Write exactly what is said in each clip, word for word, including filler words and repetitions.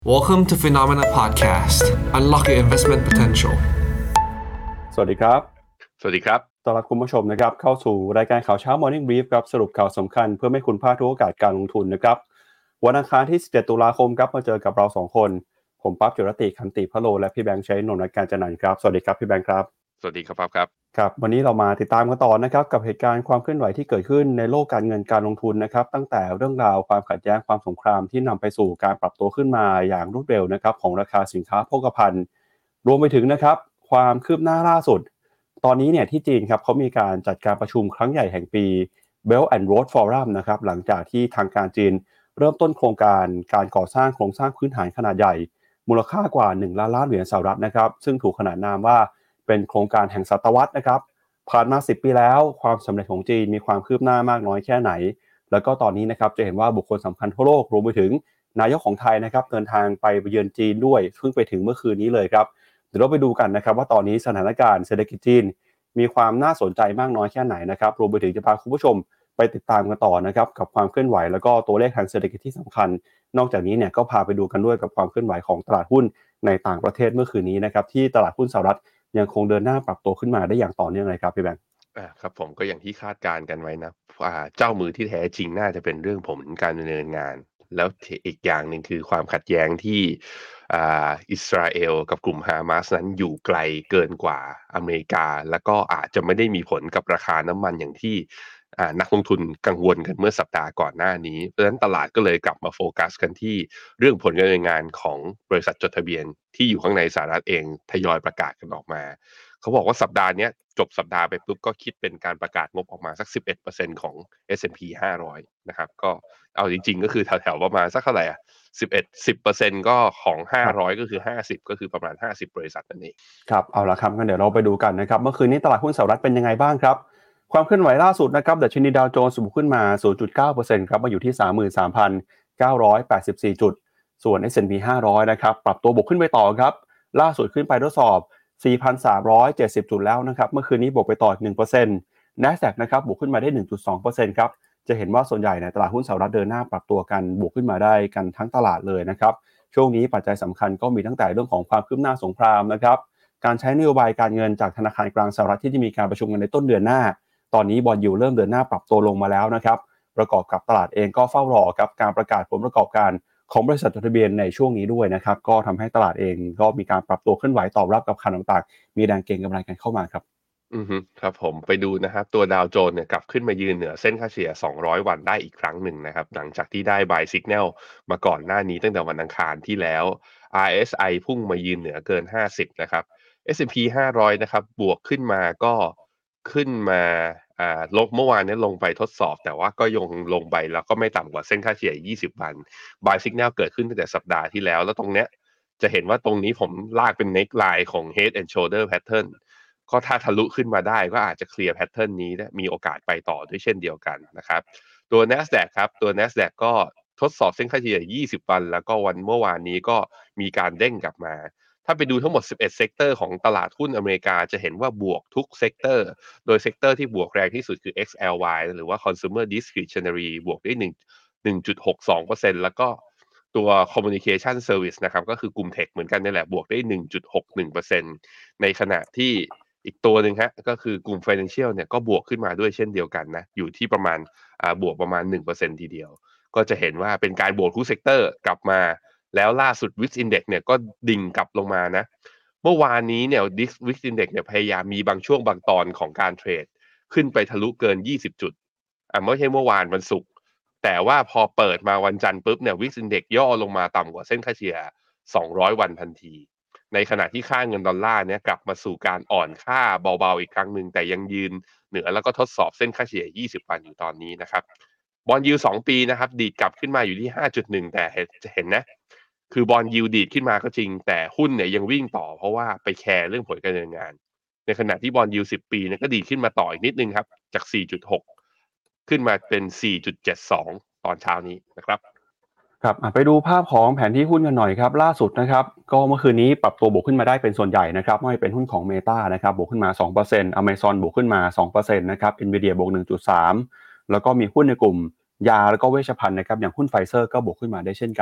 Welcome to Phenomena Podcast. Unlock your investment potential. สวัสดีครับสวัสดีครับต้อนรับคุณผู้ชมนะครับเข้าสู่รายการข่าวเช้า Morning Brief ครับสรุปข่าวสำคัญเพื่อไม่ให้คุณพลาดทุกโอกาสการลงทุนนะครับวันอังคารที่สิบเจ็ดตุลาคมครับมาเจอกับเราสองคนผมปั๊บจุรติขันติพโลและพี่แบงค์ชัยนนท์การจันนันท์ครับสวัสดีครับพี่แบงค์ครับสวัสดีครับปั๊บครับครับวันนี้เรามาติดตามกันต่อนะครับกับเหตุการณ์ความเคลื่อนไหวที่เกิดขึ้นในโลกการเงินการลงทุนนะครับตั้งแต่เรื่องราวความขัดแย้งความสงครามที่นำไปสู่การปรับตัวขึ้นมาอย่างรวดเร็วนะครับของราคาสินค้าโภคภัณฑ์รวมไปถึงนะครับความคืบหน้าล่าสุดตอนนี้เนี่ยที่จีนครับเขามีการจัดการประชุมครั้งใหญ่แห่งปี Belt and Road Forum นะครับหลังจากที่ทางการจีนเริ่มต้นโครงการการก่อสร้างโครงสร้างพื้นฐานขนาดใหญ่มูลค่ากว่าหนึ่งล้านล้านเหรียญสหรัฐนะครับซึ่งถูกขนานนามว่าเป็นโครงการแห่งศตวรรษนะครับผ่านมาสิบปีแล้วความสำเร็จของจีนมีความคืบหน้ามากน้อยแค่ไหนแล้วก็ตอนนี้นะครับจะเห็นว่าบุคคลสำคัญทั่วโลกรวมไปถึงนายกของไทยนะครับเดินทางไปเยือนจีนด้วยเพิ่งไปถึงเมื่อคืนนี้เลยครับเดี๋ยวเราไปดูกันนะครับว่าตอนนี้สถานการณ์เศรษฐกิจจีนมีความน่าสนใจมากน้อยแค่ไหนนะครับรวมไปถึงจะพาคุณผู้ชมไปติดตามกันต่อนะครับกับความเคลื่อนไหวแล้วก็ตัวเลขทางเศรษฐกิจที่สำคัญนอกจากนี้เนี่ยก็พาไปดูกันด้วยกับความเคลื่อนไหวของตลาดหุ้นในต่างประเทศเมื่อคืนนี้นะครับที่ตลาดหุ้นสหรัฐยังคงเดินหน้าปรับตัวขึ้นมาได้อย่างต่อเนื่องเลยครับพี่แบงค์อ่าครับผมก็อย่างที่คาดการณ์กันไว้นะอ่าเจ้ามือที่แท้จริงน่าจะเป็นเรื่องผลการดำเนินงานแล้วอีกอย่างหนึ่งคือความขัดแย้งที่อ่าอิสราเอลกับกลุ่มฮามาสนั้นอยู่ไกลเกินกว่าอเมริกาแล้วก็อาจจะไม่ได้มีผลกับราคาน้ำมันอย่างที่อ่านักลงทุนกังวลกันเมื่อสัปดาห์ก่อนหน้านี้เพราะฉะนั้นตลาดก็เลยกลับมาโฟกัสกันที่เรื่องผลการดำเนินงานของบริษัทจดทะเบียนที่อยู่ข้างในสหรัฐเองทยอยประกาศกันออกมาเขาบอกว่าสัปดาห์นี้จบสัปดาห์ไปปุ๊บก็คิดเป็นการประกาศงบออกมาสัก สิบเอ็ดเปอร์เซ็นต์ ของ เอส แอนด์ พี ห้าร้อยนะครับก็เอาจริงๆก็คือแถวๆประมาณสักเท่าไหร่อ่ะสิบเอ็ด สิบเปอร์เซ็นต์ ก็ของห้าร้อยก็คือห้าสิบก็คือประมาณห้าสิบบริษัทนั่นเองครับเอาละครับงั้นเดี๋ยวเราไปดูกันนะครับเมื่อคืนนี้ตลาดหุ้นสหรัฐเป็นยังไงบ้างครับความเคลื่อนไหวล่าสุดนะครับดัชนีดาวโจนส์บวกขึ้นมา ศูนย์จุดเก้าเปอร์เซ็นต์ ครับมาอยู่ที่ สามหมื่นสามพันเก้าร้อยแปดสิบสี่ จุดส่วน เอส แอนด์ พี ห้าร้อยนะครับปรับตัวบวกขึ้นไปต่อครับล่าสุดขึ้นไปทดสอบ สี่พันสามร้อยเจ็ดสิบ จุดแล้วนะครับเมื่อคืนนี้บวกไปต่ออีก หนึ่งเปอร์เซ็นต์ NASDAQ นะครับบวกขึ้นมาได้ หนึ่งจุดสองเปอร์เซ็นต์ ครับจะเห็นว่าส่วนใหญ่ในตลาดหุ้นสหรัฐเดินหน้าปรับตัวกันบวกขึ้นมาได้กันทั้งตลาดเลยนะครับช่วงนี้ปัจจัยสำคัญก็มีตั้งแต่เรื่องของความคืบหน้าสงครามนะครับการใช้นโยบายการเงินจากธนาคารกลางสหรัฐที่จะมีการประชุมกันในต้นเดือนหน้าตอนนี้บอนด์ยิลด์เริ่มเดินหน้าปรับตัวลงมาแล้วนะครับประกอบกับตลาดเองก็เฝ้ารอกับการประกาศผลประกอบการของบริษัทจดทะเบียนในช่วงนี้ด้วยนะครับก็ทำให้ตลาดเองก็มีการปรับตัวเคลื่อนไหวตอบรับกับข่าวต่างๆมีแรงเก็งกำไรกันเข้ามาครับอือฮึครับผมไปดูนะครับตัวดาวโจนส์เนี่ยกลับขึ้นมายืนเหนือเส้นค่าเฉลี่ยสองร้อยวันได้อีกครั้งหนึ่งนะครับหลังจากที่ได้ buy signal มาก่อนหน้านี้ตั้งแต่วันอังคารที่แล้ว อาร์ เอส ไอ พุ่งมายืนเหนือเกินห้าสิบนะครับ เอส แอนด์ พี ห้าร้อยนะครับบวกขึ้นมาก็ขึ้นมาอ่าลบเมื่อวานนี้ลงไปทดสอบแต่ว่าก็ยังลงไปแล้วก็ไม่ต่ำกว่าเส้นค่าเฉลี่ยยี่สิบวัน buy signal เกิดขึ้นตั้งแต่สัปดาห์ที่แล้วแล้วตรงเนี้ยจะเห็นว่าตรงนี้ผมลากเป็น neckline ของ head and shoulder patternก็ถ้าทะลุขึ้นมาได้ก็อาจจะเคลียร์แพทเทิร์นนี้ได้มีโอกาสไปต่อด้วยเช่นเดียวกันนะครับตัว NASDAQ ครับตัว NASDAQ ก็ทดสอบเส้นค่าเฉลี่ยยี่สิบวันแล้วก็วันเมื่อวานนี้ก็มีการเด้งกลับมาถ้าไปดูทั้งหมดสิบเอ็ดเซกเตอร์ของตลาดหุ้นอเมริกาจะเห็นว่าบวกทุกเซกเตอร์โดยเซกเตอร์ที่บวกแรงที่สุดคือ เอ็กซ์ แอล วาย หรือว่า Consumer Discretionary บวกได้หนึ่ง หนึ่งจุดหกสองเปอร์เซ็นต์ แล้วก็ตัว Communication Service นะครับก็คือกลุ่มเทคเหมือนกันนี่แหละบวกได้ หนึ่งจุดหกหนึ่งเปอร์เซ็นต์ ในขณะที่อีกตัวหนึ่งฮะก็คือกลุ่ม Financial เนี่ยก็บวกขึ้นมาด้วยเช่นเดียวกันนะอยู่ที่ประมาณอ่าบวกประมาณ หนึ่งเปอร์เซ็นต์ ทีเดียวก็จะเห็นว่าเป็นการบวกทุกเซกเตอร์กลับมาแล้วล่าสุด Wix Index เนี่ยก็ดิ่งกลับลงมานะเมื่อวานนี้เนี่ย Wix Index เนี่ยพยายามมีบางช่วงบางตอนของการเทรดขึ้นไปทะลุเกินยี่สิบจุดอ่าไม่ใช่เมื่อวานวันศุกร์แต่ว่าพอเปิดมาวันจันทร์ปุ๊บเนี่ย Wix Index ย่อลงมาต่ำกว่าเส้นค่าเฉลี่ยสองร้อยวันทันทีในขณะที่ค่าเงินดอลลาร์เนี่ยกลับมาสู่การอ่อนค่าเบาๆอีกครั้งหนึ่งแต่ยังยืนเหนือแล้วก็ทดสอบเส้นค่าเฉลี่ยยี่สิบวันอยู่ตอนนี้นะครับบอนด์ยิลด์สองปีนะครับดีดกลับขึ้นมาอยู่ที่ ห้าจุดหนึ่ง แต่จะเห็นนะคือบอนด์ยิลด์ดีดขึ้นมาก็จริงแต่หุ้นเนี่ยยังวิ่งต่อเพราะว่าไปแคร์เรื่องผลการดำเนินงานในขณะที่บอนด์ยิลด์สิบปีเนี่ยก็ดีดขึ้นมาต่ออีกนิดนึงครับจาก สี่จุดหก ขึ้นมาเป็น สี่จุดเจ็ดสอง ตอนเช้านี้นะครับครับไปดูภาพของแผนที่หุ้นกันหน่อยครับล่าสุดนะครับก็เมื่อคืนนี้ปรับตัวบวกขึ้นมาได้เป็นส่วนใหญ่นะครับไม่เป็นหุ้นของ Meta นะครับบวกขึ้นมา สองเปอร์เซ็นต์ Amazon บวกขึ้นมา สองเปอร์เซ็นต์ นะครับ Nvidia บวก หนึ่งจุดสาม แล้วก็มีหุ้นในกลุ่มยาแล้วก็เวชภัณฑ์นะครับอย่างหุ้น Pfizer ก็บวกขึ้นมาได้เช่นกัน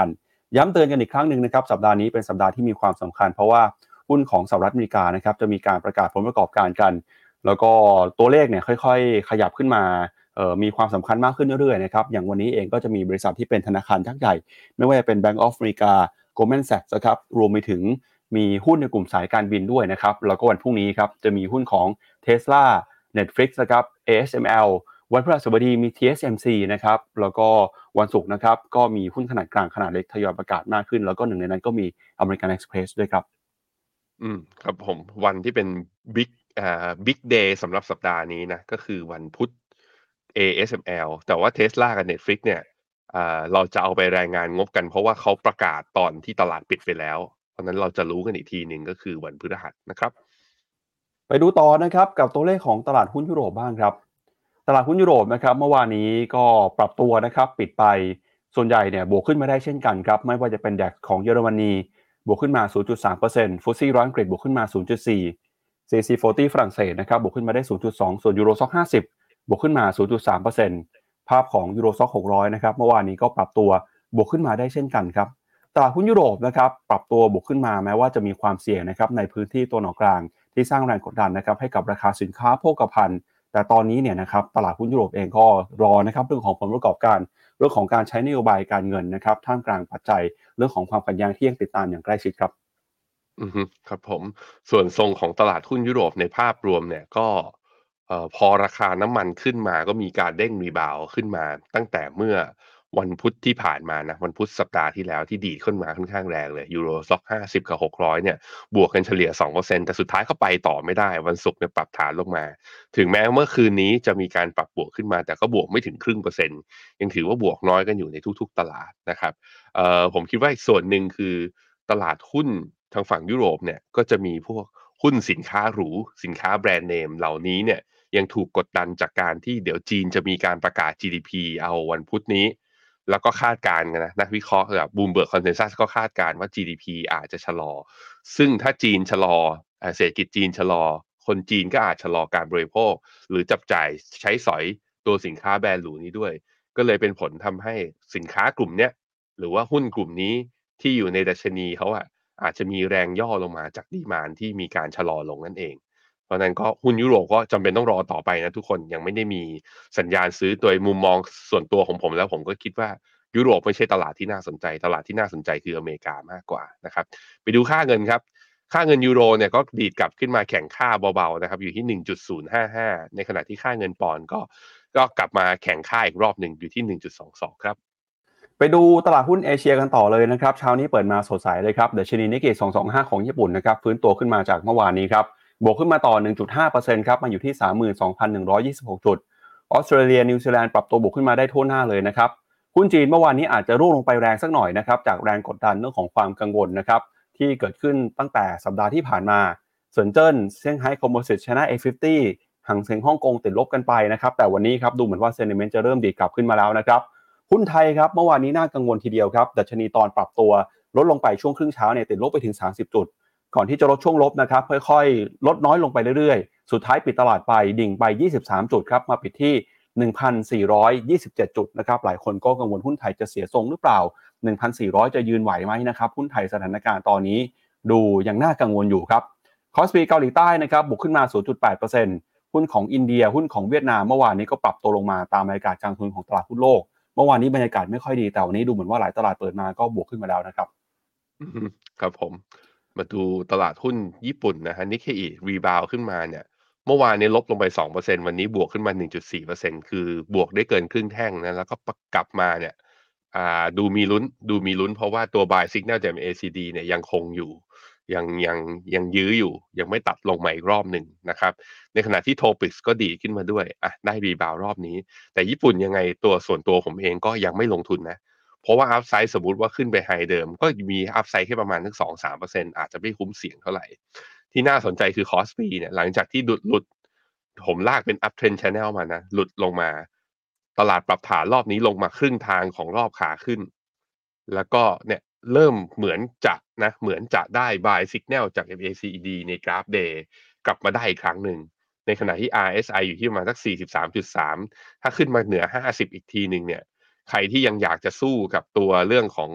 ย้ำเตือนกันอีกครั้งหนึ่งนะครับสัปดาห์นี้เป็นสัปดาห์ที่มีความสำคัญเพราะว่าหุ้นของสหรัฐอเมริกานะครับจะมีการประกาศผลประกอบการกันแล้วก็ตัวเลขเนี่ยค่อยๆขยับขึ้นมาเอ่อมีความสำคัญมากขึ้นเรื่อยๆนะครับอย่างวันนี้เองก็จะมีบริษัทที่เป็นธนาคารยักษ์ใหญ่ไม่ว่าจะเป็น Bank of America Goldman Sachs นะครับรวมไปถึงมีหุ้นในกลุ่มสายการบินด้วยนะครับแล้วก็วันพรุ่งนี้ครับจะมีหุ้นของ Tesla Netflix นะครับ เอ เอส เอ็ม แอล วันพฤหัสบดีมี ที เอส เอ็ม ซี นะครับแล้วก็วันศุกร์นะครับก็มีหุ้นขนาดกลางขนาดเล็กทยอยประกาศมากขึ้นแล้วก็หนึ่งในนั้นก็มี American Express ด้วยครับอืมครับผมวันที่เป็นบิ๊กอ่าบิ๊กเดย์สำหรับสัปดาห์นี้นะก็คือวันพุธ เอ เอส เอ็ม แอล แต่ว่า Tesla กับ Netflix เนี่ยอ่าเราจะเอาไปรายงานงบกันเพราะว่าเขาประกาศตอนที่ตลาดปิดไปแล้วเพราะนั้นเราจะรู้กันอีกทีหนึ่งก็คือวันพฤหัสนะครับไปดูต่อนะครับกับตัวเลขของตลาดหุ้นยุโรปบ้างครับตลาดหุ้นยุโรปนะครับเมื่อวานนี้ก็ปรับตัวนะครับปิดไปส่วนใหญ่เนี่ยบวกขึ้นมาได้เช่นกันครับไม่ว่าจะเป็น ดัค ของเยอรมนีบวกขึ้นมา ศูนย์จุดสามเปอร์เซ็นต์ ฟุตซี่ร้อยอังกฤษบวกขึ้นมา ศูนย์จุดสี่ ซี ซี สี่สิบฝรั่งเศสนะครับบวกขึ้นมาได้ ศูนย์จุดสอง ส่วนยูโรซ็อกห้าสิบบวกขึ้นมา ศูนย์จุดสามเปอร์เซ็นต์ ภาพของยูโรซ็อกหกร้อยนะครับเมื่อวานนี้ก็ปรับตัวบวกขึ้นมาได้เช่นกันครับตลาดหุ้นยุโรปนะครับปรับตัวบวกขึ้นมาแม้ว่าจะมีความเสี่ยงนะครับในพื้นที่ตัวหนกลางที่สร้างแรงกดดันนะครับให้กับราคาสินค้าโภคภัณฑ์แต่ตอนนี้เนี่ยนะครับตลาดหุ้นยุโรปเองก็รอนะครับเรื่องของผลประกอบการเรื่องของการใช้นโยบายการเงินนะครับท่ามกลางปัจจัยเรื่องของความขัดแย้งที่ยังติดตามอย่างใกล้ชิดครับอือฮึครับผมส่วนทรงของตลาดหุ้นยุโรปในภาพรวมเนี่ยก็เอ่อพอราคาน้ำมันขึ้นมาก็มีการเด้งรีบาวด์ขึ้นมาตั้งแต่เมื่อวันพุธที่ผ่านมานะวันพุธสัปดาห์ที่แล้วที่ดีดขึ้นมาค่อนข้างแรงเลย Euro Stoxx ห้าสิบกับหกร้อยเนี่ยบวกกันเฉลี่ยสองเปอร์เซ็นต์แต่สุดท้ายก็ไปต่อไม่ได้วันศุกร์เนี่ยปรับฐานลงมาถึงแม้เมื่อคืนนี้จะมีการปรับบวกขึ้นมาแต่ก็บวกไม่ถึงครึ่งเปอร์เซ็นต์ยังถือว่าบวกน้อยกันอยู่ในทุกๆตลาดนะครับเอ่อผมคิดว่าอีกส่วนหนึ่งคือตลาดหุ้นทางฝั่งยุโรปเนี่ยก็จะมีพวกหุ้นสินค้าหรูสินค้าแบรนด์เนมเหล่านี้เนี่ยยังถูกกดดันจากการที่เดี๋ยวจีนจะมีการประกาศ จี ดี พี เอาวันพุธนี้แล้วก็คาดการณ์กันนะนักวิเคราะห์แบบ Bloomberg Consensus ก็คาดการณ์ว่า จี ดี พี อาจจะชะลอซึ่งถ้าจีนชะลออ่าเศรษฐกิจจีนชะลอคนจีนก็อาจชะลอการบริโภคหรือจับจ่ายใช้สอยตัวสินค้าแบรนด์หรูนี้ด้วยก็เลยเป็นผลทำให้สินค้ากลุ่มเนี้ยหรือว่าหุ้นกลุ่มนี้ที่อยู่ในดัชนีเขาอะอาจจะมีแรงย่อลงมาจากดีมานด์ที่มีการชะลอลงนั่นเองเพราะฉะนั้นก็หุ้นยุโรปก็จำเป็นต้องรอต่อไปนะทุกคนยังไม่ได้มีสัญญาณซื้อโดยมุมมองส่วนตัวของผมแล้วผมก็คิดว่ายุโรปไม่ใช่ตลาดที่น่าสนใจตลาดที่น่าสนใจคืออเมริกามากกว่านะครับไปดูค่าเงินครับค่าเงินยูโรเนี่ยก็ดีดกลับขึ้นมาแข่งค่าเบาๆนะครับอยู่ที่หนึ่งจุดศูนย์ห้าห้าในขณะที่ค่าเงินปอนด์ก็ก็กลับมาแข่งค่าอีกรอบหนึ่งอยู่ที่หนึ่งจุดสองสองครับไปดูตลาดหุ้นเอเชียกันต่อเลยนะครับเช้านี้เปิดมาสดใสเลยครับดัชนีนิกเกิสองสองห้าของญี่ปุ่นนะครับฟื้นตัวขึ้นมาจากเมื่อวานนี้ครับบวกขึ้นมาต่อ หนึ่งจุดห้าเปอร์เซ็นต์ ครับมาอยู่ที่ สามหมื่นสองพันหนึ่งร้อยยี่สิบหก จุดออสเตรเลียนิวซีแลนด์ปรับตัวบวกขึ้นมาได้ทั่วหน้าเลยนะครับหุ้นจีนเมื่อวานนี้อาจจะร่วงลงไปแรงสักหน่อยนะครับจากแรงกดดันเรื่องของความกังวลนะครับที่เกิดขึ้นตั้งแต่สัปดาห์ที่ผ่านมาเซินเจิ้นเซี่ยงไฮ้คอมโพสิตชนะ เอ ห้าสิบ หังเส็งฮ่องกงติดลบกันไปนะครับแต่วันนี้ครับดูเหมือนว่าเซนิเมนต์จะเริ่มดีดกลับขึ้นมาแล้วนะครับหุ้นไทยครับเมื่อวานนี้น่ากังวลทีเดียวครับดัชนีตอนปรับตัวลดลงไปช่วงครึ่งเช้าเนี่ยติดลบไปถึงสามสิบจุดก่อนที่จะลดช่วงลบนะครับค่อยๆลดน้อยลงไปเรื่อยๆสุดท้ายปิดตลาดไปดิ่งไปยี่สิบสามจุดครับมาปิดที่ หนึ่งพันสี่ร้อยยี่สิบเจ็ด จุดนะครับหลายคนก็กังวลหุ้นไทยจะเสียทรงหรือเปล่า หนึ่งพันสี่ร้อย จะยืนไหวไหมนะครับหุ้นไทยสถานการณ์ตอนนี้ดูยังน่ากังวลอยู่ครับคอสปีเกาหลีใต้นะครับบุกขึ้นมา ศูนย์จุดแปดเปอร์เซ็นต์ หุ้นของอินเดียหุ้นของเวียดนามเมื่อวานนี้ก็ปรับตัวลงมาตามบรรยากาศการลงทุนของตลาดหุ้นโลกเมื่อวานนี้บรรยากาศไม่ค่อยดีแต่วันนี้ดูเหมือนว่าหลายตลาดเปิดมาก็บวกขึ้นมาแล้วนะครับอือฮึครับผมมาดูตลาดหุ้นญี่ปุ่นนะฮะ Nikkei รีบาวด์ขึ้นมาเนี่ยเมื่อวานนี้ลบลงไปสองเปอร์เซ็นต์วันนี้บวกขึ้นมาหนึ่งจุดสี่เปอร์เซ็นต์คือบวกได้เกินครึ่งแท่งนะแล้วก็ปกลับมาเนี่ยอ่าดูมีลุ้นดูมีลุ้นเพราะว่าตัว Buy Signal จาก เอ ซี ดี เนี่ยยังคงอยู่ยังยังยังยื้ออยู่ยังไม่ตัดลงมาอีกรอบหนึ่งนะครับในขณะที่ Topix ก็ดีดขึ้นมาด้วยอะได้รีบาวด์รอบนี้แต่ญี่ปุ่นยังไงตัวส่วนตัวผมเองก็ยังไม่ลงทุนนะ เพราะว่าอัพไซด์สมมุติว่าขึ้นไปไฮเดิมก็มีอัพไซด์แค่ประมาณสัก สองถึงสามเปอร์เซ็นต์ อาจจะไม่คุ้มเสี่ยงเท่าไรที่น่าสนใจคือ Kospi เนี่ยหลังจากที่หลุดหลุดผมลากเป็น Up Trend Channel มานะหลุดลงมาตลาดปรับฐานรอบนี้ลงมาครึ่งทางของรอบขาขึ้นแล้วก็เนี่ยเริ่มเหมือนจะนะเหมือนจะได้ Buy Signal จาก เอ็ม เอ ซี ดี ในกราฟ Day กลับมาได้อีกครั้งหนึ่งในขณะที่ อาร์ เอส ไอ อยู่ที่ประมาณสัก สี่สิบสามจุดสาม ถ้าขึ้นมาเหนือห้าสิบอีกทีหนึ่งเนี่ย ใครที่ยังอยากจะสู้กับตัวเรื่องของ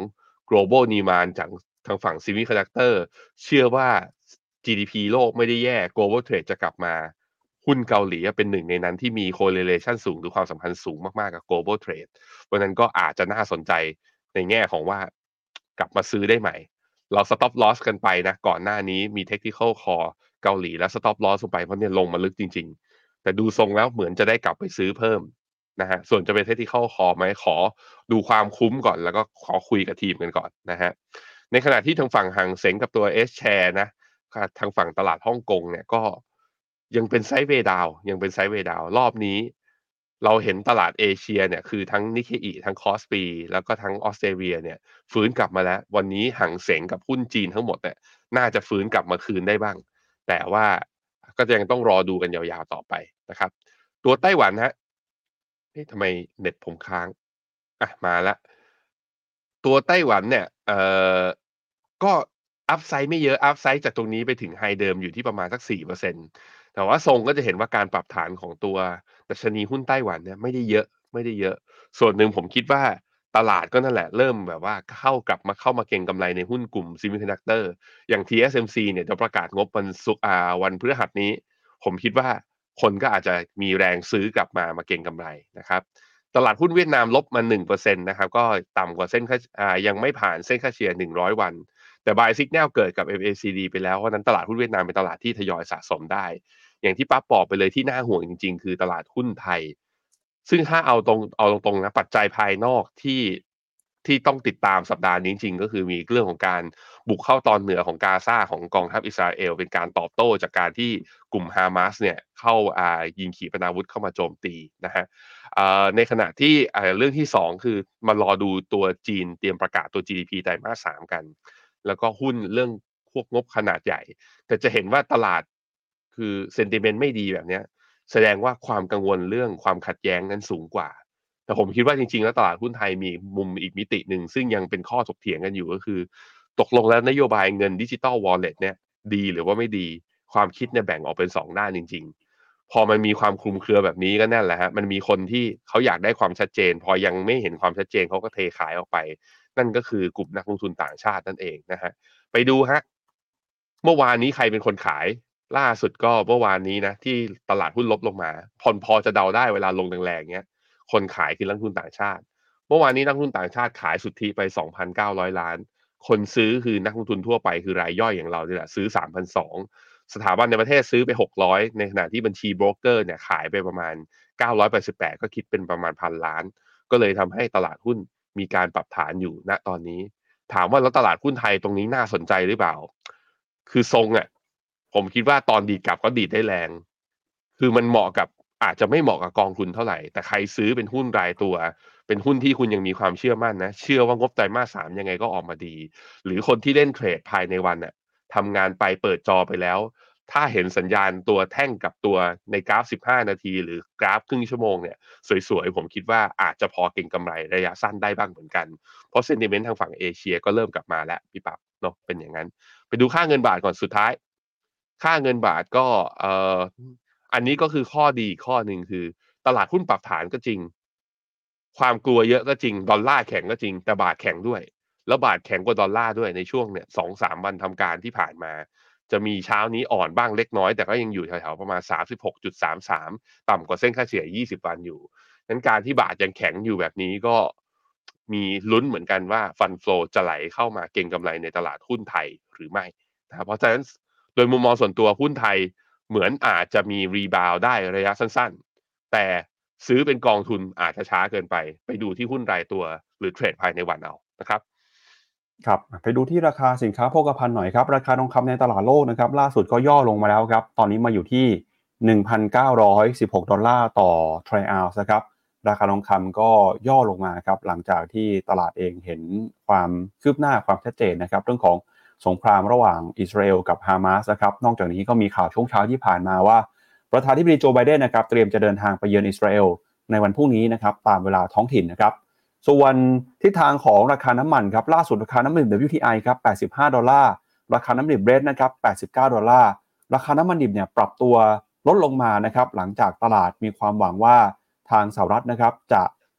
global demand จากทางฝั่ง semiconductor เชื่อว่า จี ดี พี โลกไม่ได้แย่ global trade จะกลับมาหุ้นเกาหลีเป็นหนึ่งในนั้นที่มี correlation สูงหรือความสัมพันธ์สูงมากๆกับ global trade เพราะนั้นก็อาจจะน่าสนใจในแง่ของว่ากลับมาซื้อได้ใหม่เรา stop loss กันไปนะก่อนหน้านี้มี technical call เกาหลีแล้ว stop loss ลงไปเพราะเนี่ยลงมาลึกจริงๆแต่ดูทรงแล้วเหมือนจะได้กลับไปซื้อเพิ่มนะฮะส่วนจะเป็น technical call ไหมขอดูความคุ้มก่อนแล้วก็ขอคุยกับทีมกันก่อนนะฮะในขณะที่ทางฝั่งหังเส็งกับตัว S share นะทางฝั่งตลาดฮ่องกงเนี่ยก็ยังเป็นไซด์เวย์ดาวยังเป็นไซด์เวย์ดาวรอบนี้เราเห็นตลาดเอเชียเนี่ยคือทั้งนิกเกอิทั้งคอสปีแล้วก็ทั้งออสเตรเลียเนี่ยฟื้นกลับมาแล้ววันนี้หังเส็งกับหุ้นจีนทั้งหมดเนี่ยน่าจะฟื้นกลับมาคืนได้บ้างแต่ว่าก็ยังต้องรอดูกันยาวๆต่อไปนะครับตัวไต้หวันฮะเอ๊ะทำไมเน็ตผมค้างอ่ะมาแล้วตัวไต้หวันเนี่ยเอ่อก็อัพไซด์ไม่เยอะอัพไซด์จากตรงนี้ไปถึงไฮเดิมอยู่ที่ประมาณสัก สี่เปอร์เซ็นต์ แต่ว่าทรงก็จะเห็นว่าการปรับฐานของตัวดัชนีหุ้นไต้หวันเนี่ยไม่ได้เยอะไม่ได้เยอะส่วนหนึ่งผมคิดว่าตลาดก็นั่นแหละเริ่มแบบว่าเข้ากลับมาเข้ามาเก็งกำไรในหุ้นกลุ่ม Semiconductor อย่าง ที เอส เอ็ม ซี เนี่ยจะประกาศงบวันศุกร์อ่าวันพฤหัสนี้ผมคิดว่าคนก็อาจจะมีแรงซื้อกลับมามาเก็งกำไรนะครับตลาดหุ้นเวียดนามลบมา หนึ่งเปอร์เซ็นต์ นะครับก็ต่ำกว่าเส้นค่าอ่ายังไม่ผ่านเส้นค่าเฉลี่ยหนึ่งร้อยวันแต่ buy signal เกิดกับ เอ็ม เอ ซี ดี ไปแล้วเพราะฉะนั้นตลาดหุ้นเวียดนามเป็นตลาดที่ทยอยสะสมได้อย่างที่ปั๊บบอกไปเลยที่น่าห่วงจริงๆคือตลาดหุ้นไทยซึ่งถ้าเอาตรงเอาตรงๆนะปัจจัยภายนอกที่ที่ต้องติดตามสัปดาห์นี้จริงๆก็คือมีเรื่องของการบุกเข้าตอนเหนือของกาซาของกองทัพอิสราเอลเป็นการตอบโต้จากการที่กลุ่มฮามาสเนี่ยเข้าอ่ายิงขีปนาวุธเข้ามาโจมตีนะฮะอ่าในขณะที่อ่าเรื่องที่สองคือมารอดูตัวจีนเตรียมประกาศตัว จี ดี พี ไตรมาสสามกันแล้วก็หุ้นเรื่องพวกงบขนาดใหญ่แต่จะเห็นว่าตลาดคือ sentiment ไม่ดีแบบเนี้ยแสดงว่าความกังวลเรื่องความขัดแย้งนั้นสูงกว่าแต่ผมคิดว่าจริงๆแล้วตลาดหุ้นไทยมีมุมอีกมิติหนึ่งซึ่งยังเป็นข้อถกเถียงกันอยู่ก็คือตกลงแล้วนโยบายเงิน Digital Wallet เนี่ยดีหรือว่าไม่ดีความคิดเนี่ยแบ่งออกเป็นสองด้านจริงๆพอมันมีความคลุมเครือแบบนี้ก็นั่นแหละฮะมันมีคนที่เขาอยากได้ความชัดเจนพอยังไม่เห็นความชัดเจนเขาก็เทขายออกไปนั่นก็คือกลุ่มนักลงทุนต่างชาตินั่นเองนะฮะไปดูฮะเมื่อวานนี้ใครเป็นคนขายล่าสุดก็เมื่อวานนี้นะที่ตลาดหุ้นลบลงมาพอพอจะเดาได้เวลาลงแรงๆเงี้ยคนขายคือนักลงทุนต่างชาติเมื่อวานนี้นักลงทุนต่างชาติขายสุทธิไป สองพันเก้าร้อย ล้านคนซื้อคือนักลงทุนทั่วไปคือรายย่อยอย่างเรานี่แหละซื้อ สามพันสองร้อย สถาบันในประเทศซื้อไปหกร้อยในขณะที่บัญชีโบรกเกอร์เนี่ยขายไปประมาณเก้าร้อยแปดสิบแปดก็คิดเป็นประมาณพันล้านก็เลยทำให้ตลาดหุ้นมีการปรับฐานอยู่ณตอนนี้ถามว่าแล้วตลาดหุ้นไทยตรงนี้น่าสนใจหรือเปล่าคือทรงอ่ะผมคิดว่าตอนดีดกลับก็ดีดได้แรงคือมันเหมาะกับอาจจะไม่เหมาะกับกองทุนเท่าไหร่แต่ใครซื้อเป็นหุ้นรายตัวเป็นหุ้นที่คุณยังมีความเชื่อมั่นนะเชื่อว่างบไตรมาสสามยังไงก็ออกมาดีหรือคนที่เล่นเทรดภายในวันน่ะทำงานไปเปิดจอไปแล้วถ้าเห็นสัญญาณตัวแท่งกับตัวในกราฟสิบห้านาทีหรือกราฟครึ่งชั่วโมงเนี่ยสวยๆผมคิดว่าอาจจะพอเก็งกำไรระยะสั้นได้บ้างเหมือนกันเพราะ sentiment ทางฝั่งเอเชียก็เริ่มกลับมาแล้วพี่ปั๊บเนาะเป็นอย่างนั้นไปดูค่าเงินบาทก่อนสุดท้ายค่าเงินบาทก็เอ่ออันนี้ก็คือข้อดีอีกข้อหนึ่งคือตลาดหุ้นปรับฐานก็จริงความกลัวเยอะก็จริงดอลลาร์แข็งก็จริงแต่บาทแข็งด้วยแล้วบาทแข็งกว่าดอลลาร์ด้วยในช่วงเนี่ย สองถึงสาม วันทำการที่ผ่านมาจะมีเช้านี้อ่อนบ้างเล็กน้อยแต่ก็ยังอยู่แถวๆประมาณ สามสิบหกจุดสามสาม ต่ำกว่าเส้นค่าเฉลี่ยยี่สิบวันอยู่งั้นการที่บาทยังแข็งอยู่แบบนี้ก็มีลุ้นเหมือนกันว่าฟันโฟลจะไหลเข้ามาเก็งกำไรในตลาดหุ้นไทยหรือไม่นะครับเพราะฉะนั้นโดยมุมมองส่วนตัวหุ้นไทยเหมือนอาจจะมีรีบาวด์ได้ระยะสั้นๆแต่ซื้อเป็นกองทุนอาจจะช้าเกินไปไปดูที่หุ้นรายตัวหรือเทรดภายในวันเอานะครับครับไปดูที่ราคาสินค้าโภคภัณฑ์หน่อยครับราคาทองคำในตลาดโลกนะครับล่าสุดก็ย่อลงมาแล้วครับตอนนี้มาอยู่ที่ หนึ่งพันเก้าร้อยสิบหก ดอลลาร์ต่อทรัลล์ซ์นะครับราคาทองคำก็ย่อลงมาครับหลังจากที่ตลาดเองเห็นความคืบหน้าความชัดเจนนะครับเรื่องของสงครามระหว่างอิสราเอลกับฮามาสนะครับนอกจากนี้ก็มีข่าวช่วงเช้าที่ผ่านมาว่าประธานาธิบดีโจไบเดนนะครับเตรียมจะเดินทางไปเยือนอิสราเอลในวันพรุ่งนี้นะครับตามเวลาท้องถิ่นนะครับส่วนทิศทางของราคาน้ำมันครับล่าสุดราคาน้ำมันดิบ ดับเบิลยู ที ไอ ครับแปดสิบห้าดอลลาร์ราคาน้ำมันดิบ Brent นะครับแปดสิบเก้าดอลลาร์ราคาน้ำมันดิบเนี่ยปรับตัวลดลงมานะครับหลังจากตลาดมีความหวังว่าทางสหรัฐนะครับจะ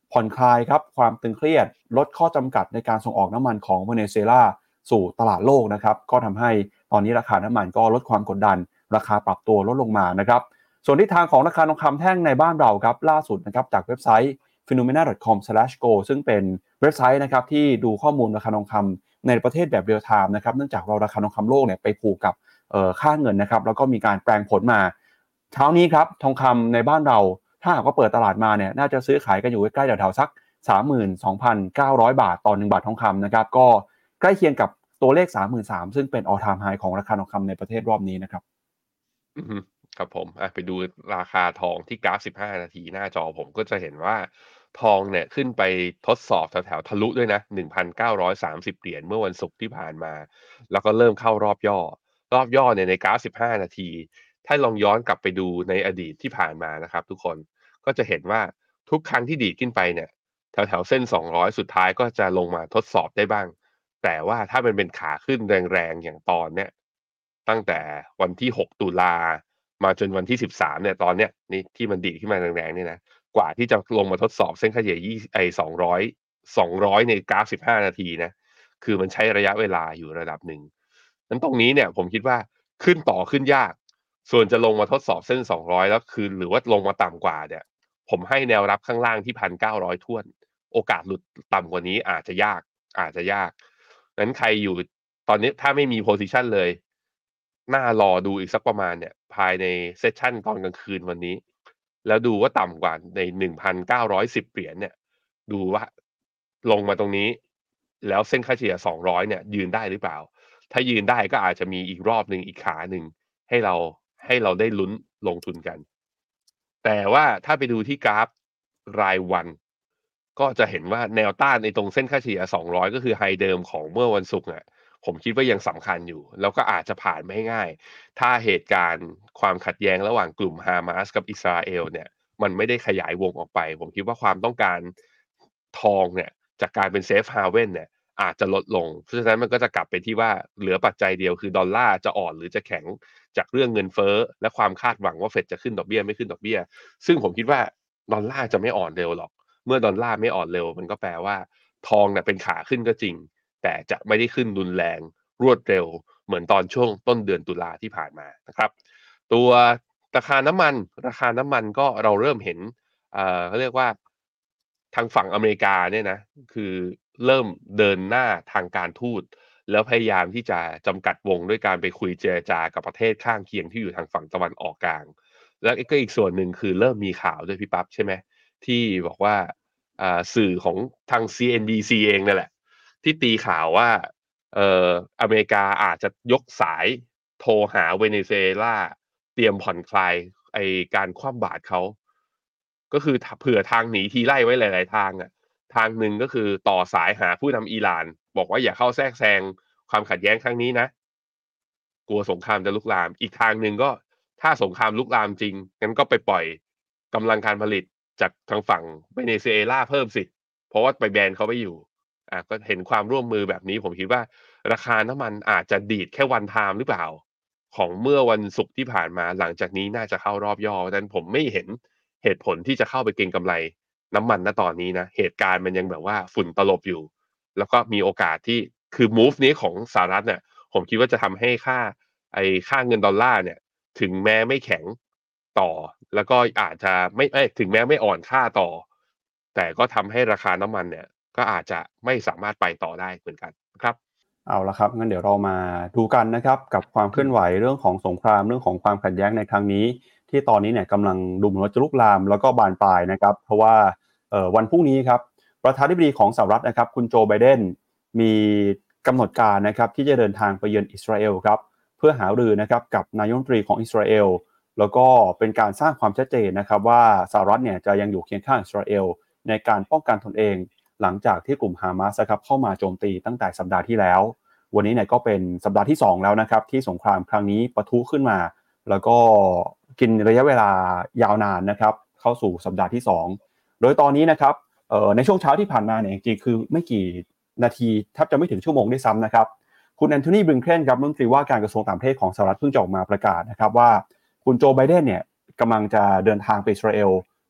ผ่อนคลายครับความตึงเครียดลดข้อจำกัดในการส่งออกน้ำมันของเวเนซุเอลาสู่ตลาดโลกนะครับก็ทำให้ตอนนี้ราคาน้ำมันก็ลดความกดดันราคาปรับตัวลดลงมานะครับส่วนทิศทางของราคาทองคำแท่งในบ้านเราครับล่าสุดนะครับจากเว็บไซต์ ฟีโนเมนา ดอท คอม สแลช โก ซึ่งเป็นเว็บไซต์นะครับที่ดูข้อมูลราคาทองคำในประเทศแบบเรียลไทม์นะครับเนื่องจากเราราคาทองคำโลกเนี่ยไปผูกกับค่าเงินนะครับแล้วก็มีการแปลงผลมาเช้านี้ครับทองคำในบ้านเราถ้าหากว่าเปิดตลาดมาเนี่ยน่าจะซื้อขายกันอยู่ใกล้ๆแถวๆสัก สามหมื่นสองพันเก้าร้อย บาทต่อหนึ่งบาททองคำนะครับก็ใกล้เคียงกับตัวเลข สามหมื่นสามพัน ซึ่งเป็น all time high ของราคาทองคำในประเทศรอบนี้นะครับอือฮึครับผมอ่ะไปดูราคาทองที่กราฟสิบห้านาทีหน้าจอผมก็จะเห็นว่าทองเนี่ยขึ้นไปทดสอบแถวๆทะลุด้วยนะหนึ่งพันเก้าร้อยสามสิบเหรียญเมื่อวันศุกร์ที่ผ่านมาแล้วก็เริ่มเข้ารอบย่อรอบย่อเนี่ยในกราฟสิบห้านาทีถ้าลองย้อนกลับไปดูในอดีตที่ผ่านมานะครับทุกคนก็จะเห็นว่าทุกครั้งที่ดีดขึ้นไปเนี่ยแถวๆเส้นสองร้อยสุดท้ายก็จะลงมาทดสอบได้บ้างแต่ว่าถ้ามันเป็นขาขึ้นแรงๆอย่างตอนเนี้ย ตั้งแต่วันที่หกตุลามาจนวันที่สิบสามเนี่ยตอนเนี้ยนี่ที่มันดีดขึ้นมาแรงๆเนี่ยนะกว่าที่จะลงมาทดสอบเส้นค่าเฉลี่ยยี่ไอ้สองร้อย สองร้อยในกราฟสิบห้านาทีนะคือมันใช้ระยะเวลาอยู่ระดับหนึ่งนั้นตรงนี้เนี่ยผมคิดว่าขึ้นต่อขึ้นยากส่วนจะลงมาทดสอบเส้นสองร้อยแล้วคืนหรือว่าลงมาต่ำกว่าเนี่ยผมให้แนวรับข้างล่างที่ หนึ่งพันเก้าร้อย ถ้วนโอกาสหลุดต่ำกว่านี้อาจจะยากอาจจะยากงั้นใครอยู่ตอนนี้ถ้าไม่มี position เลย น่ารอดูอีกสักประมาณเนี่ยภายในเซสชันตอนกลางคืนวันนี้แล้วดูว่าต่ำกว่าใน หนึ่งพันเก้าร้อยสิบ เหรียญเนี่ยดูว่าลงมาตรงนี้แล้วเส้นค่าเฉลี่ยสองร้อยเนี่ยยืนได้หรือเปล่าถ้ายืนได้ก็อาจจะมีอีกรอบหนึ่งอีกขาหนึ่งให้เราให้เราได้ลุ้นลงทุนกันแต่ว่าถ้าไปดูที่กราฟรายวันก็จะเห็นว่าแนวต้านในตรงเส้นค่าเฉลี่ยสองร้อยก็คือไฮเดิมของเมื่อวันศุกร์อะ ผมคิดว่ายังสำคัญอยู่แล้วก็อาจจะผ่านไม่ง่ายถ้าเหตุการณ์ความขัดแย้งระหว่างกลุ่มฮามาสกับอิสราเอลเนี่ยมันไม่ได้ขยายวงออกไปผมคิดว่าความต้องการทองเนี่ยจากการเป็นเซฟฮาเว่นเนี่ยอาจจะลดลงเพราะฉะนั้นมันก็จะกลับไปที่ว่าเหลือปัจจัยเดียวคือดอลลาร์จะอ่อนหรือจะแข็งจากเรื่องเงินเฟ้อและความคาดหวังว่าเฟดจะขึ้นดอกเบี้ยไม่ขึ้นดอกเบี้ยซึ่งผมคิดว่าดอลลาร์จะไม่อ่อนเร็วหรอกเมื่อดอลลาร์ไม่อ่อนเร็วมันก็แปลว่าทองเนี่ยเป็นขาขึ้นก็จริงแต่จะไม่ได้ขึ้นรุนแรง รวดเร็วเหมือนตอนช่วงต้นเดือนตุลาที่ผ่านมานะครับตัวราคาน้ำมันราคาน้ำมันก็เราเริ่มเห็นเอ่อเขาเรียกว่าทางฝั่งอเมริกาเนี่ยนะคือเริ่มเดินหน้าทางการทูตแล้วพยายามที่จะจำกัดวงด้วยการไปคุยเจรจากับประเทศข้างเคียงที่อยู่ทางฝั่งตะวันออกกลางแล้วก็อีกส่วนหนึ่งคือเริ่มมีข่าวด้วยพี่ปั๊บใช่ไหมที่บอกว่าอ่าสื่อของทาง ซี เอ็น บี ซี เองนั่นแหละที่ตีข่าวว่า เอ่ออเมริกาอาจจะยกสายโทรหาเวเนซุเอลาเตรียมผ่อนคลายไอ้การคว่ำบาตรเขาก็คือเผื่อทางหนีทีไล่ไว้หลายๆทางอะทางหนึ่งก็คือต่อสายหาผู้นำอิหร่านบอกว่าอย่าเข้าแทรกแซงความขัดแย้งครั้งนี้นะกลัวสงครามจะลุกลามอีกทางหนึ่งก็ถ้าสงครามลุกลามจริงงั้นก็ไปปล่อยกำลังการผลิตจากทางฝั่งเวเนซุเอลาเพิ่มสิเพราะว่าไปแบนเขาไว้อยู่ อ่าก็เห็นความร่วมมือแบบนี้ผมคิดว่าราคาน้ำมันอาจจะดีดแค่วันไทม์หรือเปล่าของเมื่อวันศุกร์ที่ผ่านมาหลังจากนี้น่าจะเข้ารอบย่อเพราะฉะนั้นผมไม่เห็นเหตุผลที่จะเข้าไปเก็งกำไรน้ำมันณตอนนี้นะเหตุการณ์มันยังแบบว่าฝุ่นตลบอยู่แล้วก็มีโอกาสที่คือ move นี้ของสหรัฐเนี่ยผมคิดว่าจะทำให้ค่าไอ้ค่าเงินดอลลาร์เนี่ยถึงแม้ไม่แข็งต่อแล้วก็อาจจะไม่เอ้ยถึงแม้ไม่อ่อนค่าต่อแต่ก็ทำให้ราคาน้ำมันเนี่ย ก็อาจจะไม่สามารถไปต่อได้เหมือนกันนะครับเอาละครับงั้นเดี๋ยวเรามาดูกันนะครับกับความเคลื่อนไหวเรื่องของสงครามเรื่องของความขัดแย้งในครั้งนี้ที่ตอนนี้เนี่ยกำลังดูเหมือนว่าจะลุกลามแล้วก็บานปลายนะครับเพราะว่าวันพรุ่งนี้ครับประธานาธิบดีของสหรัฐนะครับคุณโจไบเดนมีกำหนดการนะครับที่จะเดินทางไปเยือนอิสราเอลครับเพื่อหารือนะครับกับนายกรัฐมนตรีของอิสราเอลแล้วก็เป็นการสร้างความชัดเจนนะครับว่าสหรัฐเนี่ยจะยังอยู่เคียงข้างอิสราเอลในการป้องกันตนเองหลังจากที่กลุ่มฮามาสครับเข้ามาโจมตีตั้งแต่สัปดาห์ที่แล้ววันนี้เนี่ยก็เป็นสัปดาห์ที่สองแล้วนะครับที่สงครามครั้งนี้ปะทุขึ้นมาแล้วก็กินระยะเวลายาวนานนะครับเข้าสู่สัปดาห์ที่สองโดยตอนนี้นะครับในช่วงเช้าที่ผ่านมาเนี่ยจริงๆคือไม่กี่นาทีแทบจะไม่ถึงชั่วโมงด้วยซ้ำนะครับคุณแอนโทนี บลิงเคนครับรัฐมนตรีว่าการกระทรวงต่างประเทศของสหรัฐเพิ่งจะออกมาประกาศนะครับว่าคุณโจไบเดนเนี่ยกำลังจะเดินทางไปอิสราเอล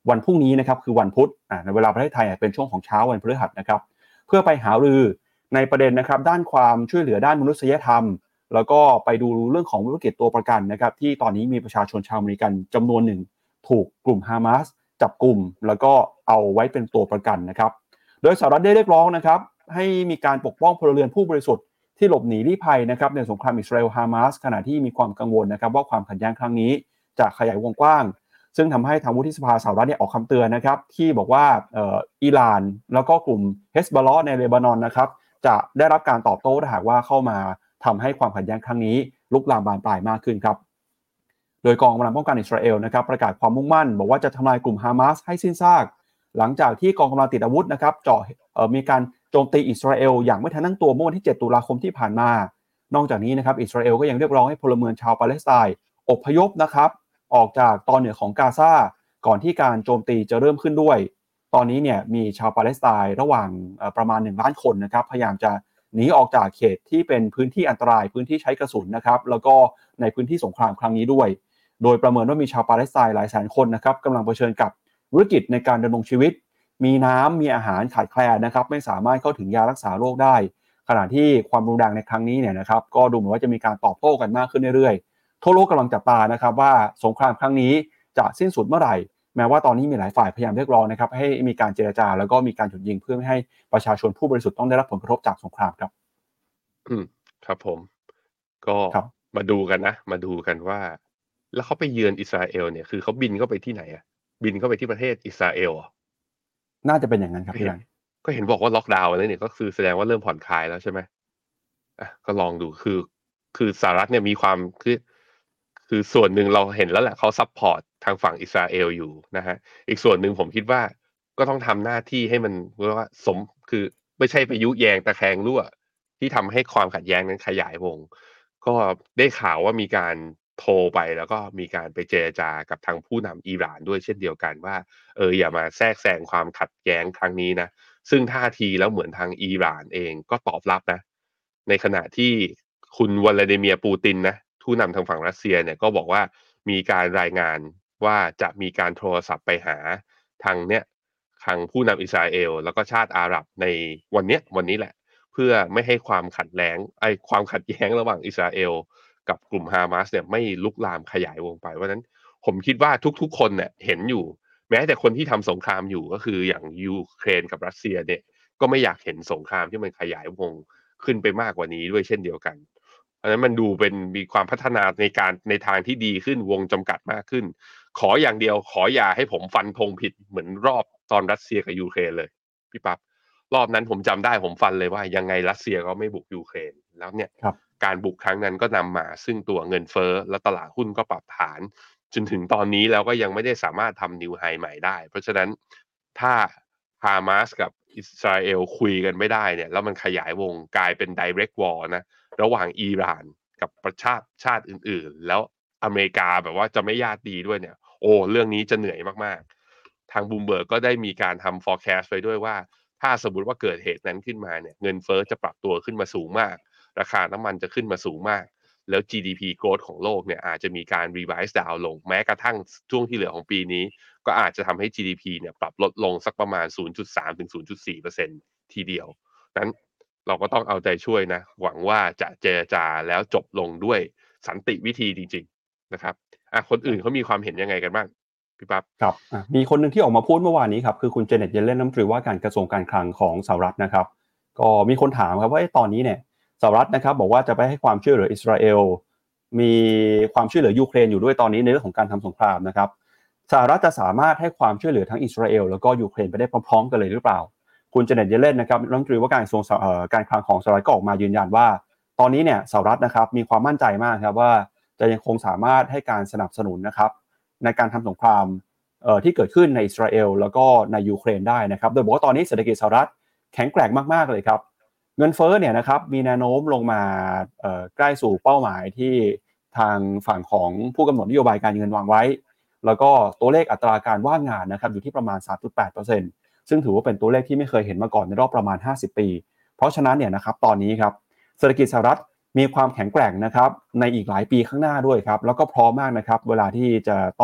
วันพรุ่งนี้นะครับคือวันพุธอ่าในเวลาประเทศไทยเป็นช่วงของเช้าวันพฤหัสนะครับเพื่อไปหารือในประเด็นนะครับด้านความช่วยเหลือด้านมนุษยธรรมแล้วก็ไปดูเรื่องของธุรกิจตัวประกันนะครับที่ตอนนี้มีประชาชนชาวอเมริกันจำนวนหนึ่งถูกกลุ่มฮามาสจับกลุ่มแล้วก็เอาไว้เป็นตัวประกันนะครับโดยสหรัฐได้เรียกร้องนะครับให้มีการปกป้องพลเรือนผู้บริสุทธิ์ที่หลบหนีลี้ภัยนะครับในสงครามอิสราเอลฮามาสขณะที่มีความกังวลนะครับว่าความขัดแย้งครั้งนี้จะขยายวงกว้างซึ่งทำให้ทางวุฒิสภาสหรัฐเนี่ยออกคำเตือนนะครับที่บอกว่าเอ่ออิหร่านแล้วก็กลุ่มเฮสบอลในเลบานอนนะครับจะได้รับการตอบโต้ถ้าหากว่าเข้ามาทำให้ความขัดแย้งครั้งนี้ลุกลามบานปลายมากขึ้นครับโดยกองกำลังป้องกันอิสราเอลนะครับประกาศความมุ่งมั่นบอกว่าจะทำลายกลุ่มฮามาสให้สิ้นซากหลังจากที่กองกำลังติดอาวุธนะครับเจาะเอ่อมีการโจมตีอิสราเอลอย่างไม่ทันตั้งตัวเมื่อวันที่เจ็ดตุลาคมที่ผ่านมานอกจากนี้นะครับอิสราเอลก็ยังเรียกร้องให้พลเมืองชาวปาเลสไตน์อพยพนะครับออกจากตอนเหนือของกาซาก่อนที่การโจมตีจะเริ่มขึ้นด้วยตอนนี้เนี่ยมีชาวปาเลสไตน์ระหว่างประมาณหนึ่งล้านคนนะครับพยายามจะหนีออกจากเขตที่เป็นพื้นที่อันตรายพื้นที่ใช้กระสุนนะครับแล้วก็ในพื้นที่สงครามครั้งนี้ด้วยโดยประเมินว่ามีชาวปาเลสไตน์หลายแสนคนนะครับกำลังเผชิญกับวิกฤตในการดำรงชีวิตมีน้ำมีอาหารขาดแคลนนะครับไม่สามารถเข้าถึงยารักษาโรคได้ขณะที่ความรุนแรงในครั้งนี้เนี่ยนะครับก็ดูเหมือนว่าจะมีการตอบโต้กันมากขึ้นเรื่อยๆทั่วโลกกำลังจับตานะครับว่าสงครามครั้งนี้จะสิ้นสุดเมื่อไหร่แม้ว่าตอนนี้มีหลายฝ่ายพยายามเรียกร้องนะครับให้มีการเจรจาแล้วก็มีการหยุดยิงเพื่อไม่ให้ประชาชนผู้บริสุทธิ์ต้องได้รับผลกระทบจากสงครามครับอืมครับผมก็มาดูกันนะมาดูกันว่าแล้วเขาไปเยือนอิสราเอลเนี่ยคือเขาบินเข้าไปที่ไหนอ่ะบินเข้าไปที่ประเทศอิสราเอลอ่ะน่าจะเป็นอย่างนั้นครับก็เห็นพี่แบงค์ก็เห็นบอกว่าล็อกดาวน์แล้วเนี่ยก็คือแสดงว่าเริ่มผ่อนคลายแล้วใช่ไหมอ่ะก็ลองดูคือคือสหรัฐเนี่ยมีความคือคือส่วนหนึ่งเราเห็นแล้วแหละเขาซัพพอร์ตทางฝั่งอิสราเอลอยู่นะฮะอีกส่วนหนึ่งผมคิดว่าก็ต้องทำหน้าที่ให้มันเรียกว่าสมคือไม่ใช่ไปยุแยงตะแคงรั่วที่ทำให้ความขัดแย้งนั้นขยายวงก็ได้ข่าวว่ามีการโทรไปแล้วก็มีการไปเจรจากับทางผู้นำอิหร่านด้วยเช่นเดียวกันว่าเอออย่ามาแทรกแซงความขัดแย้งครั้งนี้นะซึ่งท่าทีแล้วเหมือนทางอิหร่านเองก็ตอบรับนะในขณะที่คุณวลาดิเมียร์ปูตินนะผู้นำทางฝั่งรัสเซียเนี่ยก็บอกว่ามีการรายงานว่าจะมีการโทรศัพท์ไปหาทางเนี้ยทางผู้นำอิสราเอลแล้วก็ชาติอาหรับในวันเนี้ยวันนี้แหละเพื่อไม่ให้ความขัดแย้งไอ้ความขัดแย้งระหว่างอิสราเอลกับกลุ่มฮามาสเนี่ยไม่ลุกลามขยายวงไปเพราะฉะนั้นผมคิดว่าทุกๆคนเนี่ยเห็นอยู่แม้แต่คนที่ทำสงครามอยู่ก็คืออย่างยูเครนกับรัสเซียเนี่ยก็ไม่อยากเห็นสงครามที่มันขยายวงขึ้นไปมากกว่านี้ด้วยเช่นเดียวกันเพราะฉะนั้นมันดูเป็นมีความพัฒนาในการในทางที่ดีขึ้นวงจำกัดมากขึ้นขออย่างเดียวขออย่าให้ผมฟันธงผิดเหมือนรอบตอนรัสเซียกับยูเครนเลยพี่ปั๊บรอบนั้นผมจำได้ผมฟันเลยว่ายังไงรัสเซียก็ไม่บุกยูเครนแล้วเนี่ยการบุกครั้งนั้นก็นำมาซึ่งตัวเงินเฟ้อและตลาดหุ้นก็ปรับฐานจนถึงตอนนี้แล้วก็ยังไม่ได้สามารถทำนิวไฮใหม่ได้เพราะฉะนั้นถ้าฮามาสกับอิสราเอลคุยกันไม่ได้เนี่ยแล้วมันขยายวงกลายเป็น direct war นะระหว่างอิหร่านกับประชาติชาติอื่นๆแล้วอเมริกาแบบว่าจะไม่ญาติดีด้วยเนี่ยโอ้เรื่องนี้จะเหนื่อยมากๆทางบูมเบิร์กก็ได้มีการทำ forecast ไว้ด้วยว่าถ้าสมมุติว่าเกิดเหตุนั้นขึ้นมาเนี่ยเงินเฟ้อจะปรับตัวขึ้นมาสูงมากราคาน้ำมันจะขึ้นมาสูงมากแล้ว จี ดี พี growth ของโลกเนี่ยอาจจะมีการ revise down ลงแม้กระทั่งช่วงที่เหลือของปีนี้ก็อาจจะทำให้ จี ดี พี เนี่ยปรับลดลงสักประมาณ ศูนย์จุดสามถึงศูนย์จุดสี่เปอร์เซ็นต์ ทีเดียวนั้นเราก็ต้องเอาใจช่วยนะหวังว่าจะเจรจาแล้วจบลงด้วยสันติวิธีจริงๆนะครับอ่ะคนอื่นเขามีความเห็นยังไงกันบ้างพี่ปั๊บครับมีคนหนึ่งที่ออกมาพูดเมื่อวานนี้ครับคือคุณเจเน็ตเยเลนรัฐมนตรีว่าการกระทรวงการคลังของสหรัฐนะครับก็มีคนถามครับว่าตอนนี้เนี่ยสหรัฐนะครับบอกว่าจะไปให้ความช่วยเหลืออิสราเอลมีความช่วยเหลือยูเครนอยู่ด้วยตอนนี้ในเรื่องของการทำสงครามนะครับสหรัฐจะสามารถให้ความช่วยเหลือทั้งอิสราเอลแล้วก็ยูเครนไปได้พร้อมๆกันเลยหรือเปล่าคุณเจเน็ตเยเลนนะครับรัฐมนตรีว่าการกระทรวงการคลังของสหรัฐก็ออกมายืนยันว่าตอนนี้เนี่ยสหรัฐนะครับมีความมั่นใจมากครับว่าจะยังคงสามารถให้การสนับสนุนนะครับในการทำสงครามที่เกิดขึ้นในอิสราเอลแล้วก็ในยูเครนได้นะครับโดยบอกว่าตอนนี้เศรษฐกิจสหรัฐแข็งแกร่งมากๆเลยครับเงินเฟ้อเนี่ยนะครับมีแนวโน้มลงมาใกล้สู่เป้าหมายที่ทางฝั่งของผู้กำหนดนโยบายการเงินวางไว้แล้วก็ตัวเลขอัตราการว่างงานนะครับอยู่ที่ประมาณ สามจุดแปดเปอร์เซ็นต์ ซึ่งถือว่าเป็นตัวเลขที่ไม่เคยเห็นมาก่อนในรอบประมาณห้าสิบปีเพราะฉะนั้นเนี่ยนะครับตอนนี้ครับเศรษฐกิจสหรัฐมีความแข็งแกร่งนะครับในอีกหลายปีข้างหน้าด้วยครับแล้วก็พร้อมมากนะครับเวลาที่จะต้อง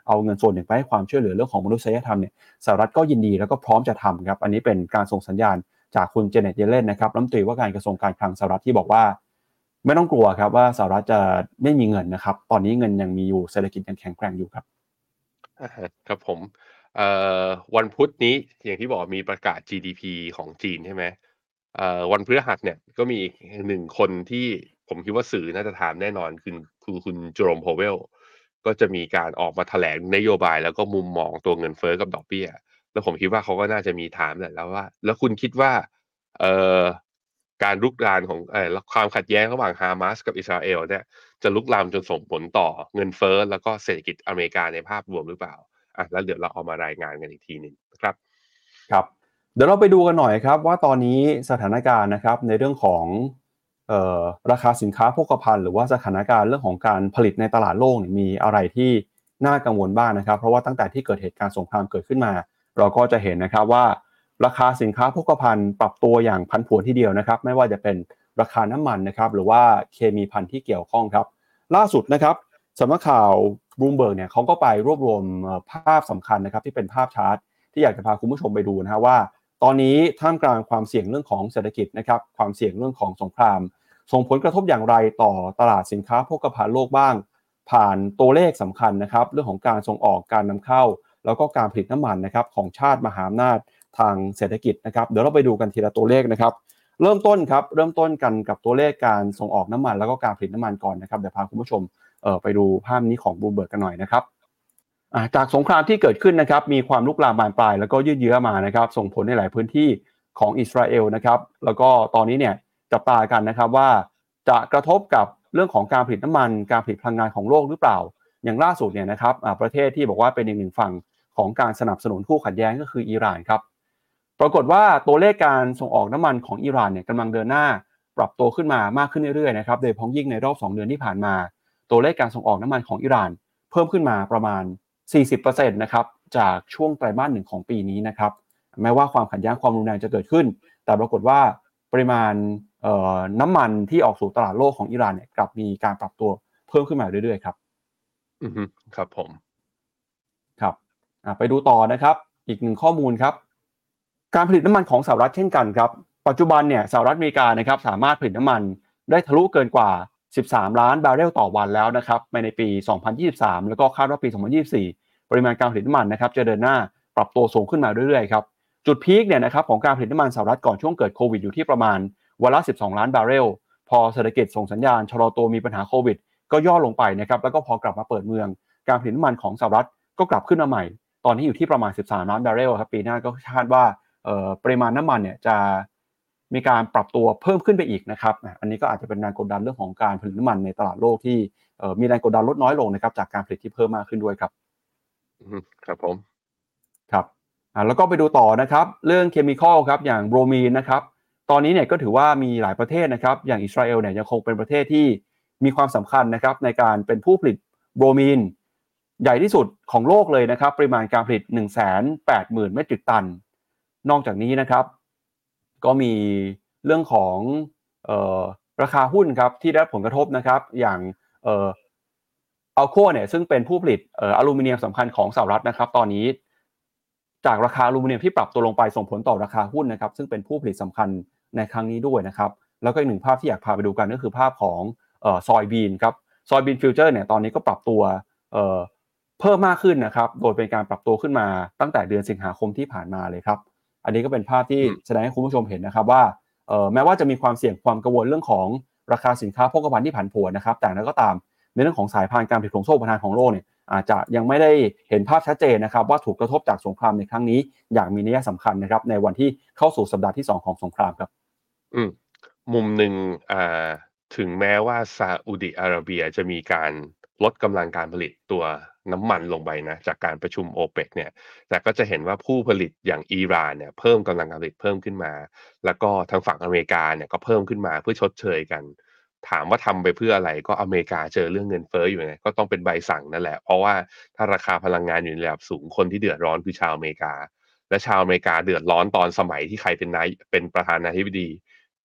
เอาเงินส่วนหนึ่งไปให้ความช่วยเหลือเรื่องของมนุษยธรรมเนี่ยสหรัฐก็ยินดีแล้วก็พร้อมจะทำครับอันนี้เป็นการส่งสัญญาณจากคุณเจเน็ตเยเลนนะครับรัฐมนตรีว่าการกระทรวงการคลังสหรัฐที่บอกว่าไม่ต้องกลัวครับว่าสหรัฐจะไม่มีเงินนะครับตอนนี้เงินยังมีอยู่เศรษฐกิจยังแข็งแกร่งอยู่ครับอ่าฮะครับผมเอ่อวันพุธนี้อย่างที่บอกมีประกาศ จี ดี พี ของจีนใช่ไหมเอ่อวันพฤหัสเนี่ยก็มีอีกหนึ่งคนที่ผมคิดว่าสื่อน่าจะถามแน่นอนคือคือคุณเจอโรมพาวเวลก็จะมีการออกมาแถลงนโยบายแล้วก็มุมมองตัวเงินเฟ้อกับดอกเบี้ยแล้วผมคิดว่าเขาก็น่าจะมีถามแหละแล้วว่าแล้วคุณคิดว่าเอ่อการรุกรานของเอ่อความขัดแย้งระหว่างฮามาสกับอิสราเอลเนี่ยจะลุกลามจนส่งผลต่อเงินเฟ้อแล้วก็เศรษฐกิจอเมริกาในภาพรวมหรือเปล่า อ่ะแล้วเดี๋ยวเราเอามารายงานกันอีกทีหนึ่งนะครับครับเดี๋ยวเราไปดูกันหน่อยครับว่าตอนนี้สถานการณ์นะครับในเรื่องของเอ่อราคาสินค้าโภคภัณฑ์หรือว่าสถานการณ์เรื่องของการผลิตในตลาดโลกเนี่ยมีอะไรที่น่ากังวลบ้างนะครับเพราะว่าตั้งแต่ที่เกิดเหตุการณ์สงครามเกิดขึ้นมาเราก็จะเห็นนะครับว่าราคาสินค้าโภคภัณฑ์ปรับตัวอย่างผันผวนทีเดียวนะครับไม่ว่าจะเป็นราคาน้ำมันนะครับหรือว่าเคมีภัณฑ์ที่เกี่ยวข้องครับล่าสุดนะครับสำนักข่าวบลูมเบิร์กเนี่ยเขาก็ไปรวบรวมภาพสำคัญนะครับที่เป็นภาพชาร์ตที่อยากจะพาคุณผู้ชมไปดูนะฮะว่าตอนนี้ท่ามกลางความเสี่ยงเรื่องของเศรษฐกิจนะครับความเสี่ยงเรื่องของสงครามส่งผลกระทบอย่างไรต่อตลาดสินค้าโภคภัณฑ์โลกบ้างผ่านตัวเลขสำคัญนะครับเรื่องของการส่งออกการนำเข้าแล้วก็การผลิตน้ำมันนะครับของชาติมหาอำนาจทางเศรษฐกิจนะครับเดี๋ยวเราไปดูกันทีละตัวเลขนะครับเริ่มต้นครับเริ่มต้นกันกับตัวเลขการส่งออกน้ำมันแล้วก็การผลิตน้ำมันก่อนนะครับเดี๋ยวพาคุณผู้ชมเอ่อไปดูภาพนี้ของบลูมเบิร์กกันหน่อยนะครับ จากสงครามที่เกิดขึ้นนะครับมีความลุกลามบานปลายแล้วก็ยืดเยื้อมานะครับส่งผลในหลายพื้นที่ของอิสราเอลนะครับแล้วก็ตอนนี้เนี่ยจับตากันนะครับว่าจะกระทบกับเรื่องของการผลิตน้ำมันการผลิตพลังงานของโลกหรือเปล่าอย่างล่าสุดเนี่ยนะครับประเทศที่บอกว่าเป็นอีกหนึ่งฝั่งของการสนับสนุนคู่ขัดแย้งก็คืออิหร่านครับปรากฏว่าตัวเลขการส่งออกน้ำมันของอิหร่านเนี่ยกำลังเดินหน้าปรับตัวขึ้นมามากขึ้นเรื่อยๆนะครับโดยเฉพาะยิ่งในรอบสองเดือนที่ผ่านมาตัวเลขการส่งออกน้ำมันของอิหร่านเพิ่มขึ้นมาประมาณสี่สิบเปอร์เซ็นต์ นะครับจากช่วงไตรมาสหนึ่งของปีนี้นะครับแม้ว่าความขัดแย้งความรุนแรงจะเกิดขึ้นแต่ปรากฏว่าปริมาณน้ำมันที่ออกสู่ตลาดโลกของอิหร่านเนี่ยกลับมีการปรับตัวเพิ่มขึ้นมาเรื่อยๆครับอือฮึครับผมครับไปดูต่อนะครับอีกหนึ่งข้อมูลครับการผลิตน้ำมันของสหรัฐเช่นกันครับปัจจุบันเนี่ยสหรัฐอเมริกานะครับสามารถผลิตน้ำมันได้ทะลุเกินกว่าสิบสามล้านบาร์เรลต่อวันแล้วนะครับในปีสองพันยี่สิบสามแล้วก็คาดว่าปีสองพันยี่สิบสี่ปริมาณการผลิตน้ำมันนะครับจะเดินหน้าปรับตัวสูงขึ้นมาเรื่อยๆครับจุดพีคเนี่ยนะครับของการผลิตน้ำมันสหรัฐก่อนช่วงเกิดโควิดอยู่ที่ประมาณวันละสิบสองล้านบาร์เรลพอเศรษฐกิจส่งสัญญาณชะลอตัวมีปัญหาโควิดก็ย่อลงไปนะครับแล้วก็พอกลับมาเปิดเมืองการผลิตน้ำมันของสหรัฐก็กลับขึ้นมาใหม่ตอนนี้อยู่ที่ประมาณสิบสามล้านบาร์เรลครับปีหน้าก็คาดว่าปริมาณน้ำมันเนี่ยจะมีการปรับตัวเพิ่มขึ้นไปอีกนะครับอันนี้ก็อาจจะเป็นแรงกดดันเรื่องของการผลิตน้ำมันในตลาดโลกที่มีแรงกดดันลดน้อยลงนะครับจากการผลิตที่เพิ่มมากขึ้นด้วยครับครับผมครับแล้วก็ไปดูต่อนะครับเรื่องเคมีคอลครับอย่างโบรมีนนะครับตอนนี้เนี่ยก็ถือว่ามีหลายประเทศนะครับอย่างอิสราเอลเนี่ยยังคงเป็นประเทศที่มีความสำคัญนะครับในการเป็นผู้ผลิตโบรมีนใหญ่ที่สุดของโลกเลยนะครับปริมาณการผลิต หนึ่งแสนแปดหมื่น เมตริกตันนอกจากนี้นะครับก็มีเรื่องของเอ่อราคาหุ้นครับที่ได้ผลกระทบนะครับอย่างเอ่ออัลโคเนี่ยซึ่งเป็นผู้ผลิตเอ่ออลูมิเนียมสำคัญของสหรัฐนะครับตอนนี้จากราคาอลูมิเนียมที่ปรับตัวลงไปส่งผลต่อราคาหุ้นนะครับซึ่งเป็นผู้ผลิตสำคัญในครั้งนี้ด้วยนะครับแล้วก็อีกหนึ่งภาพที่อยากพาไปดูกันก็คือภาพของเอ่อซอยบีนครับซอยบีนฟิวเจอร์เนี่ยตอนนี้ก็ปรับตัวเอ่อเพิ่มมากขึ้นนะครับโดยเป็นการปรับตัวขึ้นมาตั้งแต่เดือนสิงหาคมที่ผ่านมาเลยครับอันนี้ก็เป็นภาพที่แสดงให้คุณผู้ชมเห็นนะครับว่าเอ่อแม้ว่าจะมีความเสี่ยงความกังวลเรื่องของราคาสินค้าโภคภัณฑ์ที่ผันผวนนะครับแต่แล้วก็ตามในเรื่องของสายพานการผลิตของโซ่อุปทานของโลกเนี่ยอาจจะยังไม่ได้เห็นภาพชัดเจนนะครับว่าถูกกระทบจากสงครามในครั้งนี้อย่างมีนัยสำคัญนะครับในวันที่เข้าสู่สัปดาห์ที่สองของสงครามครับอืมมุมหนึ่งอ่าถึงแม้ว่าซาอุดิอาระเบียจะมีการลดกำลังการผลิตตัวน้ำมันลงไปนะจากการประชุม โอ เปก เนี่ยแต่ก็จะเห็นว่าผู้ผลิตอย่างอิหร่านเนี่ยเพิ่มกำลังการผลิตเพิ่มขึ้นมาแล้วก็ทางฝั่งอเมริกาเนี่ยก็เพิ่มขึ้นมาเพื่อชดเชยกันถามว่าทำไปเพื่ออะไรก็อเมริกาเจอเรื่องเงินเฟ้ออยู่ไงก็ต้องเป็นใบสั่งนั่นแหละเพราะว่าถ้าราคาพลังงานอยู่ในระดับสูงคนที่เดือดร้อนคือชาวอเมริกาและชาวอเมริกาเดือดร้อนตอนสมัยที่ใครเป็นนายเป็นประธานาธิบดี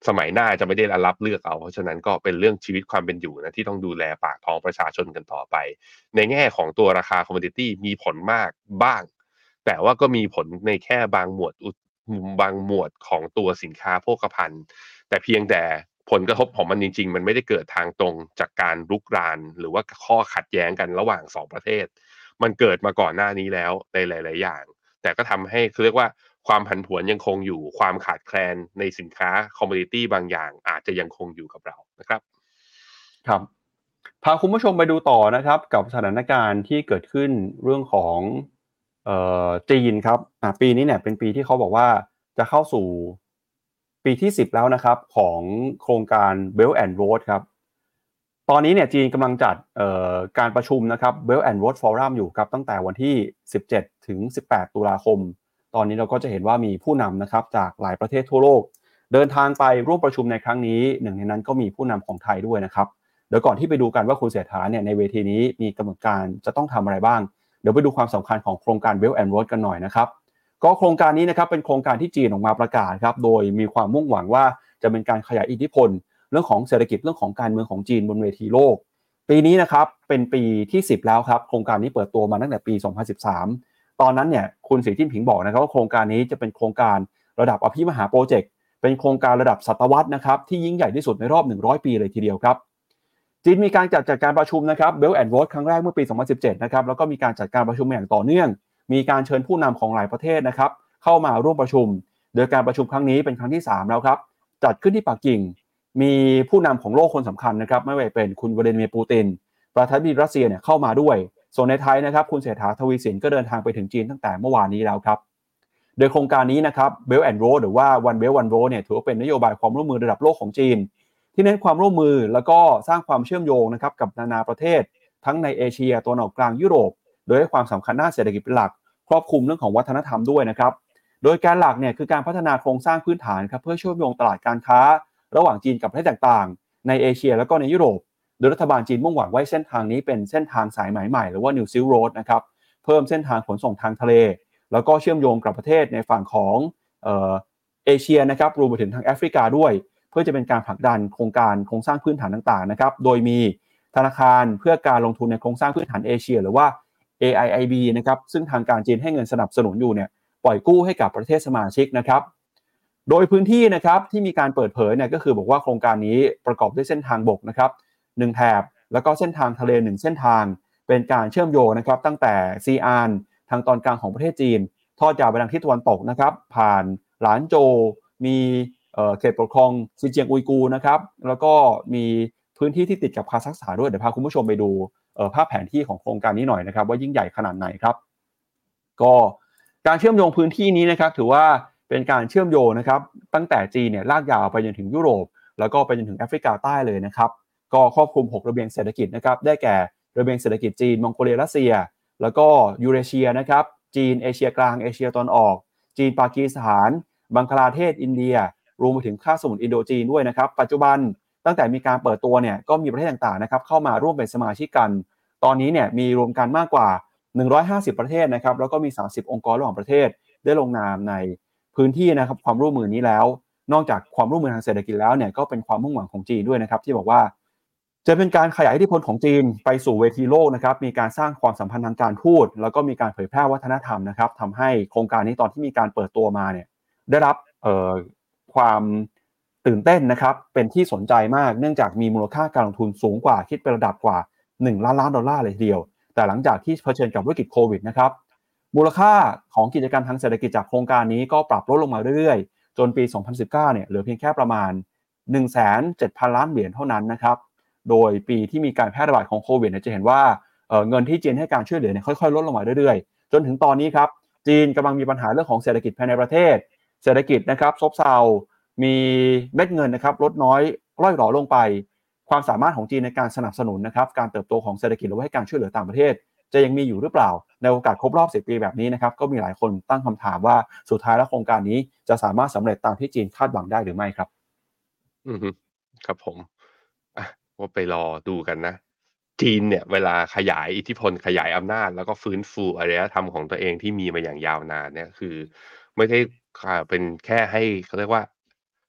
สมัยหน้าจะไม่ได้รับเลือกเอาเพราะฉะนั้นก็เป็นเรื่องชีวิตความเป็นอยู่นะที่ต้องดูแลปากท้องประชาชนกันต่อไปในแง่ของตัวราคาคอมโมดิตี้มีผลมากบ้างแต่ว่าก็มีผลในแค่บางหมวดอุบางหมวดของตัวสินค้าโภคภัณฑ์แต่เพียงแต่ผลกระทบของมันจริงๆมันไม่ได้เกิดทางตรงจากการรุกรานหรือว่าข้อขัดแย้งกันระหว่างสองประเทศมันเกิดมาก่อนหน้านี้แล้วในหลายๆอย่างแต่ก็ทำให้เขาเรียกว่าความผันผวนยังคงอยู่ความขาดแคลนในสินค้าคอมมูนิตี้บางอย่างอาจจะยังคงอยู่กับเรานะครับครับพาคุณผู้ชมไปดูต่อนะครับกับสถานการณ์ที่เกิดขึ้นเรื่องของเอ่อจีนครับอ่าปีนี้เนี่ยเป็นปีที่เขาบอกว่าจะเข้าสู่ปีที่สิบแล้วนะครับของโครงการ Belt and Road ครับตอนนี้เนี่ยจีนกำลังจัดเอ่อการประชุมนะครับ Belt and Road Forum อยู่ครับตั้งแต่วันที่สิบเจ็ดถึงสิบแปดตุลาคมตอนนี้เราก็จะเห็นว่ามีผู้นำนะครับจากหลายประเทศทั่วโลกเดินทางไปร่วมประชุมในครั้งนี้หนึ่งในนั้นก็มีผู้นำของไทยด้วยนะครับเดี๋ยวก่อนที่ไปดูกันว่าคุณเศรษฐาเนี่ยในเวทีนี้มีกำหนดการจะต้องทำอะไรบ้างเดี๋ยวไปดูความสำคัญของโครงการ Belt and Road กันหน่อยนะครับก็โครงการนี้นะครับเป็นโครงการที่จีนออกมาประกาศครับโดยมีความมุ่งหวังว่าจะเป็นการขยายอิทธิพลเรื่องของเศรษฐกิจเรื่องของการเมืองของจีนบนเวทีโลกปีนี้นะครับเป็นปีที่สิบแล้วครับโครงการนี้เปิดตัวมาตั้งแต่ปีสองพันสิบสามตอนนั้นเนี่ยคุณสีจิ้นผิงบอกนะครับว่าโครงการนี้จะเป็นโครงการระดับอภิมหาโปรเจกต์เป็นโครงการระดับศตวรรษนะครับที่ยิ่งใหญ่ที่สุดในรอบหนึ่งร้อยปีเลยทีเดียวครับจีนมีการจัดจัดการประชุมนะครับ Belt and Road ครั้งแรกเมื่อปีสองพันสิบเจ็ดนะครับแล้วก็มีการจัดการประชุมอย่างต่อเนื่องมีการเชิญผู้นำของหลายประเทศนะครับเข้ามาร่วมประชุมโดยการประชุมครั้งนี้เป็นครั้งที่สามแล้วครับจัดขึ้นที่ปักกิ่งมีผู้นำของโลกคนสำคัญนะครับไม่ว่าจะเป็นคุณวลาดิเมียร์ปูตินประธานาธิบดีรัสเซียเนี่ยเข้ามาด้วยส่วนในไทยนะครับคุณเศรษฐาทวีสินก็เดินทางไปถึงจีนตั้งแต่เมื่อวานนี้แล้วครับโดยโครงการนี้นะครับ Belt and Road หรือว่า One Belt One Road เนี่ยถือว่าเป็นนโยบายความร่วมมือระดับโลกของจีนที่เน้นความร่วมมือแล้วก็สร้างความเชื่อมโยงนะครับกับนานาประเทศทั้งในเอเชียตะวันออกกลางยุโรปโดยให้ความสำคัญด้านเศรษฐกิจเป็นหลักครอบคลุมเรื่องของวัฒนธรรมด้วยนะครับโดยการหลักเนี่ยคือการพัฒนาโครงสร้างพื้นฐานครับเพื่อเชื่อมโยงตลาดการค้าระหว่างจีนกับประเทศต่างๆในเอเชียแล้วก็ในยุโรปโดยรัฐบาลจีนมุ่งหวังไว้เส้นทางนี้เป็นเส้นทางสายไหมใหม่หรือว่า New Silk Road นะครับเพิ่มเส้นทางขนส่งทางทะเลแล้วก็เชื่อมโยงกับประเทศในฝั่งของเอ่อเอเชียนะครับรวมไปถึงทางแอฟริกาด้วยเพื่อจะเป็นการผลักดันโครงการโครงสร้างพื้นฐานต่างๆนะครับโดยมีธนาคารเพื่อการลงทุนในโครงสร้างพื้นฐานเอเชียหรือว่า เอ ไอ ไอ บี นะครับซึ่งทางการจีนให้เงินสนับสนุนอยู่เนี่ยปล่อยกู้ให้กับประเทศสมาชิกนะครับโดยพื้นที่นะครับที่มีการเปิดเผยเนี่ยก็คือบอกว่าโครงการนี้ประกอบด้วยเส้นทางบกนะครับหนึ่งแถบแล้วก็เส้นทางทะเลหนึ่งเส้นทางเป็นการเชื่อมโยงนะครับตั้งแต่ซีอานทางตอนกลางของประเทศจีนทอดยาวไปทางทิศตะวันตกนะครับผ่านหลานโจวมีเอ่อเขตปกครองซินเจียงอุยกูร์นะครับแล้วก็มีพื้นที่ที่ติดกับคาซัคสถานด้วยเดี๋ยวพาคุณผู้ชมไปดูเอ่อภาพแผนที่ของโครงการนี้หน่อยนะครับว่ายิ่งใหญ่ขนาดไหนครับก็การเชื่อมโยงพื้นที่นี้นะครับถือว่าเป็นการเชื่อมโยงนะครับตั้งแต่จีนเนี่ยลากยาวไปจนถึงยุโรปแล้วก็ไปจนถึงแอฟริกาใต้เลยนะครับก็ครอบคลุมหกระเบียงเศรษฐกิจนะครับได้แก่ระเบียงเศรษฐกิจจีนมองโกเลียรัสเซียแล้วก็ยูเรเชียนะครับจีนเอเชียกลางเอเชียตะวันออกจีนปากีสถานบังคลาเทศอินเดียรวมไปถึงคาบสมุทรอินโดจีนด้วยนะครับปัจจุบันตั้งแต่มีการเปิดตัวเนี่ยก็มีประเทศต่างๆนะครับเข้ามาร่วมเป็นสมาชิกกันตอนนี้เนี่ยมีรวมกันมากกว่าหนึ่งร้อยห้าสิบประเทศนะครับแล้วก็มีสามสิบองค์กรระหว่างประเทศได้ลงนามในพื้นที่นะครับความร่วมมือนี้แล้วนอกจากความร่วมมือทางเศรษฐกิจแล้วเนี่ยก็เป็นความมุ่งหวังของจีนด้วยนะครับที่บอกว่าจะเป็นการขยายอิทธิพลของจีนไปสู่เวทีโลกนะครับมีการสร้างความสัมพันธ์ทางการทูตแล้วก็มีการเผยแพร่วัฒนธรรมนะครับทำให้โครงการนี้ตอนที่มีการเปิดตัวมาเนี่ยได้รับเอ่อความตื่นเต้นนะครับเป็นที่สนใจมากเนื่องจากมีมูลค่าการลงทุนสูงกว่าคิดเป็นระดับกว่าหนึ่งล้านล้านดอลลาร์เลยทีเดียวแต่หลังจากที่เผชิญกับวิกฤตโควิดนะครับมูลค่าของกิจการทางเศรษฐกิจจากโครงการนี้ก็ปรับลดลงมาเรื่อยๆจนปีสองพันสิบเก้าเนี่ยเหลือเพียงแค่ประมาณ หนึ่งแสนเจ็ดพัน ล้านเหรียญเท่านั้นนะครับโดยปีที่มีการแพร่ระบาดของโควิดเนี่ยจะเห็นว่า เอ่อเงินที่จีนให้การช่วยเหลือเนี่ยค่อยๆลดลงมาเรื่อยๆจนถึงตอนนี้ครับจีนกำลังมีปัญหาเรื่องของเศรษฐกิจภายในประเทศเศรษฐกิจนะครับซบเซามีเม็ดเงินนะครับลดน้อยร่อยหรอลงไปความสามารถของจีนในการสนับสนุนนะครับการเติบโตของเศรษฐกิจหรือว่าให้การช่วยเหลือต่างประเทศจะยังมีอยู่หรือเปล่าในโอกาสครบรอบสิบปีแบบนี้นะครับก็มีหลายคนตั้งคำถามว่าสุดท้ายแล้วโครงการนี้จะสามารถสำเร็จตามที่จีนคาดหวังได้หรือไม่ครับอือฮึครับผมอะก็ไปรอดูกันนะจีนเนี่ยเวลาขยายอิทธิพลขยายอำนาจแล้วก็ฟื้นฟูอารยธรรมของตัวเองที่มีมาอย่างยาวนานเนี่ยคือไม่ได้อ่าเป็นแค่ให้เขาเรียกว่า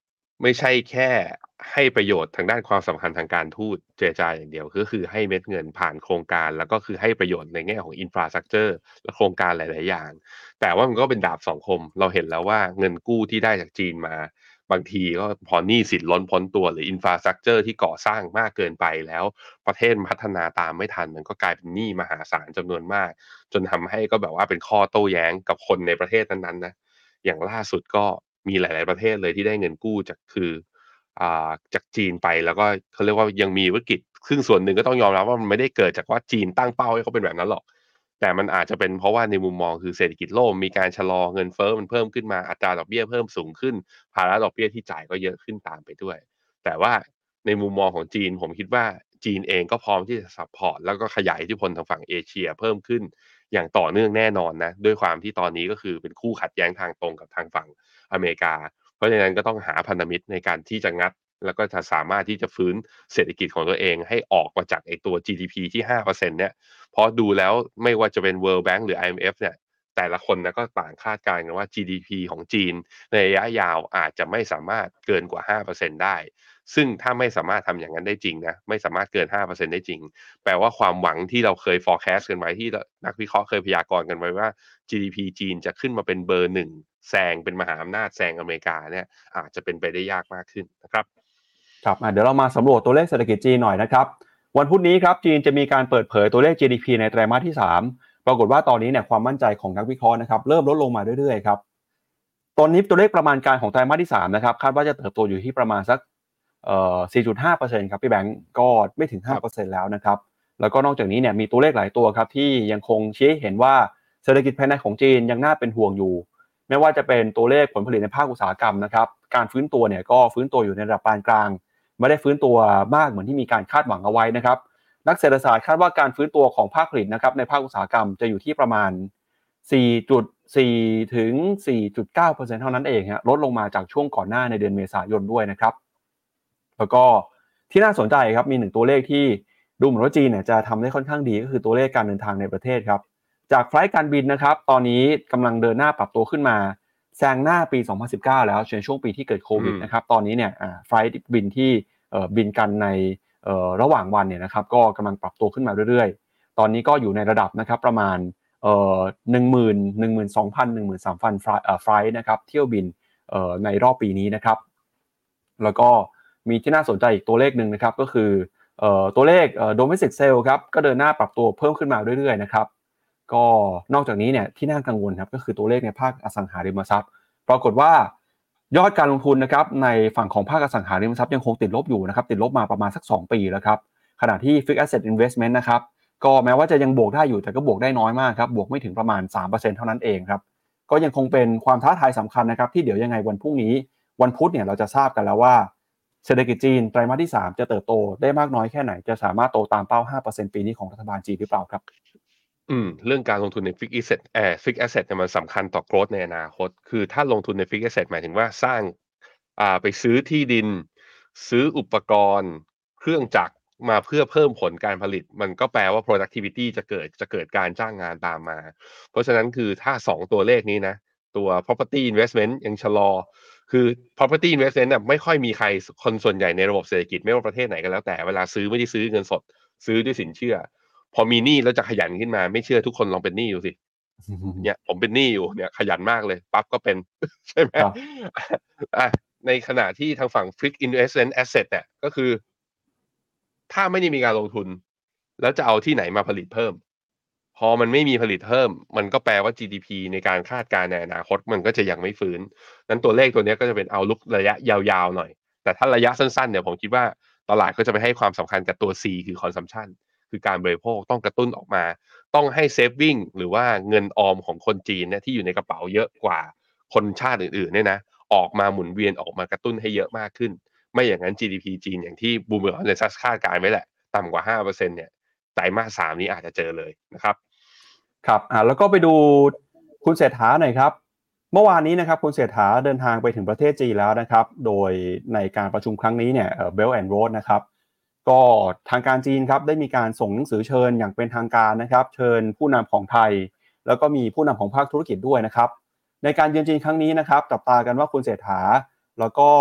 ไม่ใช่แค่ให้ประโยชน์ทางด้านความสัมพันธ์ทางการทูตเจรจาอย่างเดียวก็คือให้เม็ดเงินผ่านโครงการแล้วก็คือให้ประโยชน์ในแง่ของ Infrastructure และโครงการหลายๆอย่างแต่ว่ามันก็เป็นดาบสองคมเราเห็นแล้วว่าเงินกู้ที่ได้จากจีนมาบางทีก็พอหนี้สินล้นพ้นตัวหรือ Infrastructure ที่ก่อสร้างมากเกินไปแล้วประเทศพัฒนาตามไม่ทันมันก็กลายเป็นหนี้มหาศาลจำนวนมากจนทำให้ก็แบบว่าเป็นข้อโต้แย้งกับคนในประเทศนั้นๆนะอย่างล่าสุดก็มีหลายๆประเทศเลยที่ได้เงินกู้จากคือ อ่าจากจีนไปแล้วก็เขาเรียกว่ายังมีวิกฤตซึ่งส่วนหนึ่งก็ต้องยอมรับว่ามันไม่ได้เกิดจากว่าจีนตั้งเป้าให้เขาเป็นแบบนั้นหรอกแต่มันอาจจะเป็นเพราะว่าในมุมมองคือเศรษฐกิจโลกมีการชะลอเงินเฟ้อมันเพิ่มขึ้นมาอัตราดอกเบี้ยเพิ่มสูงขึ้นภาระดอกเบี้ยที่จ่ายก็เยอะขึ้นตามไปด้วยแต่ว่าในมุมมองของจีนผมคิดว่าจีนเองก็พร้อมที่จะซัปพอร์ตแล้วก็ขยายอิทธิพลทางฝั่งเอเชียเพิ่มขึ้นอย่างต่อเนื่องแน่นอนนะด้วยความที่ตอนนี้ก็คือเป็นคู่ขัดแย้งทางตรงกับทางฝั่งอเมริกาเพราะฉะนั้นก็ต้องหาพันธมิตรในการที่จะงัด แล้วก็จะสามารถที่จะฟื้นเศรษฐกิจของตัวเองให้ออกมาจากไอ้ตัว จี ดี พี ที่ ห้าเปอร์เซ็นต์ เนี่ยเพราะดูแล้วไม่ว่าจะเป็น World Bank หรือ ไอ เอ็ม เอฟ เนี่ยแต่ละคนนะก็ต่างคาดการณ์กันว่า จี ดี พี ของจีนในระยะยาวอาจจะไม่สามารถเกินกว่า ห้าเปอร์เซ็นต์ ได้ซึ่งถ้าไม่สามารถทำอย่างนั้นได้จริงนะไม่สามารถเกิน ห้าเปอร์เซ็นต์ ได้จริงแปลว่าความหวังที่เราเคย forecast กันไว้ที่นักวิเคราะห์เคยพยากรณ์กันไว้ว่า จี ดี พี จีนจะขึ้นมาเป็นเบอร์หนึ่งแซงเป็นมหาอำนาจแซงอเมริกาเนี่ยอาจจะเป็นไปได้ยากมากขึ้นนะครับครับเดี๋ยวเรามาสำรวจตัวเลขเศรษฐกิจจีนหน่อยนะครับวันพุธนี้ครับจีนจะมีการเปิดเผยตัวเลข จี ดี พี ในไตรมาสที่สามปรากฏว่าตอนนี้เนี่ยความมั่นใจของนักวิเคราะห์นะครับเริ่มลดลงมาเรื่อยๆครับตอนนี้ตัวเลขประมาณการของไตรมาสที่สามนะครับคาดว่าจะเติบโตอยู่ที่ประมาณสักเอ่อ สี่จุดห้าเปอร์เซ็นต์ ครับพี่แบงก์ก็ไม่ถึง ห้าเปอร์เซ็นต์ แล้วนะครับแล้วก็นอกจากนี้เนี่ยมีตัวเลขหลายตัวครับที่ยังคงชี้ให้เห็นว่าเศรษฐกิจภายในของจีนยังน่าเป็นห่วงอยู่ไม่ว่าจะเป็นตัวเลขผลผลิตในภาคอุตสาหกรรมนะครับการฟื้นตัวเนี่ยก็ฟื้นตัวอยู่ในระดับปานกลางไม่ได้ฟื้นตัวมากเหมือนที่มีการคาดหวังเอาไว้นะครับนักเศรษฐศาสตร์คาดว่าการฟื้นตัวของภาคผลิตนะครับในภาคอุตสาหกรรมจะอยู่ที่ประมาณ สี่จุดสี่ ถึง สี่จุดเก้าเปอร์เซ็นต์ เท่านั้นเองฮะลดลงมาจากช่วงก่อนหน้าในเดือนเมษายนด้วยนะครับแล้วก็ที่น่าสนใจครับมีหนึ่งตัวเลขที่ดูเหมือนว่าจีนเนี่ยจะทำได้ค่อนข้างดีก็คือตัวเลขการเดินทางในประเทศครับจากไฟลท์การบินนะครับตอนนี้กำลังเดินหน้าปรับตัวขึ้นมาแซงหน้าปีสองพันสิบเก้าแล้วในช่วงปีที่เกิดโควิดนะครับตอนนี้เนี่ยไฟลท์บินที่บินกันในระหว่างวันเนี่ยนะครับก็กำลังปรับตัวขึ้นมาเรื่อยๆตอนนี้ก็อยู่ในระดับนะครับประมาณเอ่อ หนึ่งหมื่น หนึ่งหมื่นสองพัน หนึ่งหมื่นสามพัน ไฟล์เอ่อไฟล์นะครับเที่ยวบินเอ่อในรอบปีนี้นะครับแล้วก็มีที่น่าสนใจอีกตัวเลขนึงนะครับก็คือเอ่อตัวเลขเอ่อ domestic sale ครับก็เดินหน้าปรับตัวเพิ่มขึ้นมาเรื่อยๆนะครับก็นอกจากนี้เนี่ยที่น่ากังวลครับก็คือตัวเลขในภาคอสังหาริมทรัพย์ปรากฏว่ายอดการลงทุนนะครับในฝั่งของภาคอสังหาริมทรัพย์ยังคงติดลบอยู่นะครับติดลบมาประมาณสักสองปีแล้วครับขณะที่ fixed asset investment นะครับก็แม้ว่าจะยังบวกได้อยู่แต่ก็บวกได้น้อยมากครับบวกไม่ถึงประมาณ สามเปอร์เซ็นต์ เท่านั้นเองครับก็ยังคงเป็นความท้าทายสำคัญนะครับที่เดี๋ยวยังไงวันพรุ่งนี้วันพุธเนี่ยเราจะทราบกันแล้วว่าเศรษฐกิจจีนไตรมาสที่สามจะเติบโตได้มากน้อยแค่ไหนจะสามารถโตตามเป้า ห้าเปอร์เซ็นต์ ปีนี้ของรัฐบาลจีนหรือเปล่าครับอืมเรื่องการลงทุนใน Fixed Asset เอ่อ Fixed Asset เนี่ยมันสำคัญต่อ growth ในอนาคตคือถ้าลงทุนใน Fixed Asset หมายถึงว่าสร้างอ่าไปซื้อที่ดินซื้ออุปกรณ์เครื่องจักรมาเพื่อเพิ่มผลการผลิตมันก็แปลว่า productivity จะเกิดจะเกิดการจ้างงานตามมาเพราะฉะนั้นคือถ้าสองตัวเลขนี้นะตัว property investment ยังชะลอคือ property investment น่ะไม่ค่อยมีใครคนส่วนใหญ่ในระบบเศรษฐกิจไม่ว่าประเทศไหนก็แล้วแต่เวลาซื้อไม่ได้ซื้อเงินสดซื้อด้วยสินเชื่อพอมีหนี้แล้วจะขยันขึ้นมาไม่เชื่อทุกคนลองเป็นหนี้ดูสิเนี่ยผมเป็นหนี้อยู่เนี่ยขยันมากเลยปั๊บก็เป็น ใช่ไหมอ่ะในขณะที่ทางฝั่ง Fixed Investment Asset เนี่ยก็คือถ้าไม่ได้มีการลงทุนแล้วจะเอาที่ไหนมาผลิตเพิ่มพอมันไม่มีผลิตเพิ่มมันก็แปลว่า จี ดี พี ในการคาดการณ์ในอนาคตมันก็จะยังไม่ฟื้นนั้นตัวเลขตัวนี้ก็จะเป็นเอาลุกระยะยาวๆหน่อยแต่ถ้าระยะสั้นๆเนี่ยผมคิดว่าตลาดก็จะไปให้ความสำคัญกับตัว C คือ consumption คือการบริโภคต้องกระตุ้นออกมาต้องให้ saving หรือว่าเงินออมของคนจีนเนี่ยที่อยู่ในกระเป๋าเยอะกว่าคนชาติอื่นๆเนี่ยนะออกมาหมุนเวียนออกมากระตุ้นให้เยอะมากขึ้นไม่อย่างนั้น จี ดี พี จีนอย่างที่บูมเบอร์ในซัสคาดการณ์ไว้แหละต่ำกว่า ห้าเปอร์เซ็นต์ เนี่ยไตรมาสสามนี้อาจจะเจอเลยนะครับครับอ่าแล้วก็ไปดูคุณเศรษฐาหน่อยครับเมื่อวานนี้นะครับคุณเศรษฐาเดินทางไปถึงประเทศจีนแล้วนะครับโดยในการประชุมครั้งนี้เนี่ยเอ่อ Belt and Road นะครับก็ทางการจีนครับได้มีการส่งหนังสือเชิญอย่างเป็นทางการนะครับเชิญผู้นำของไทยแล้วก็มีผู้นำของภาคธุรกิจด้วยนะครับในการเยือนจีนครั้งนี้นะครับจับตากันว่าคุณเศรษฐาแล้วก็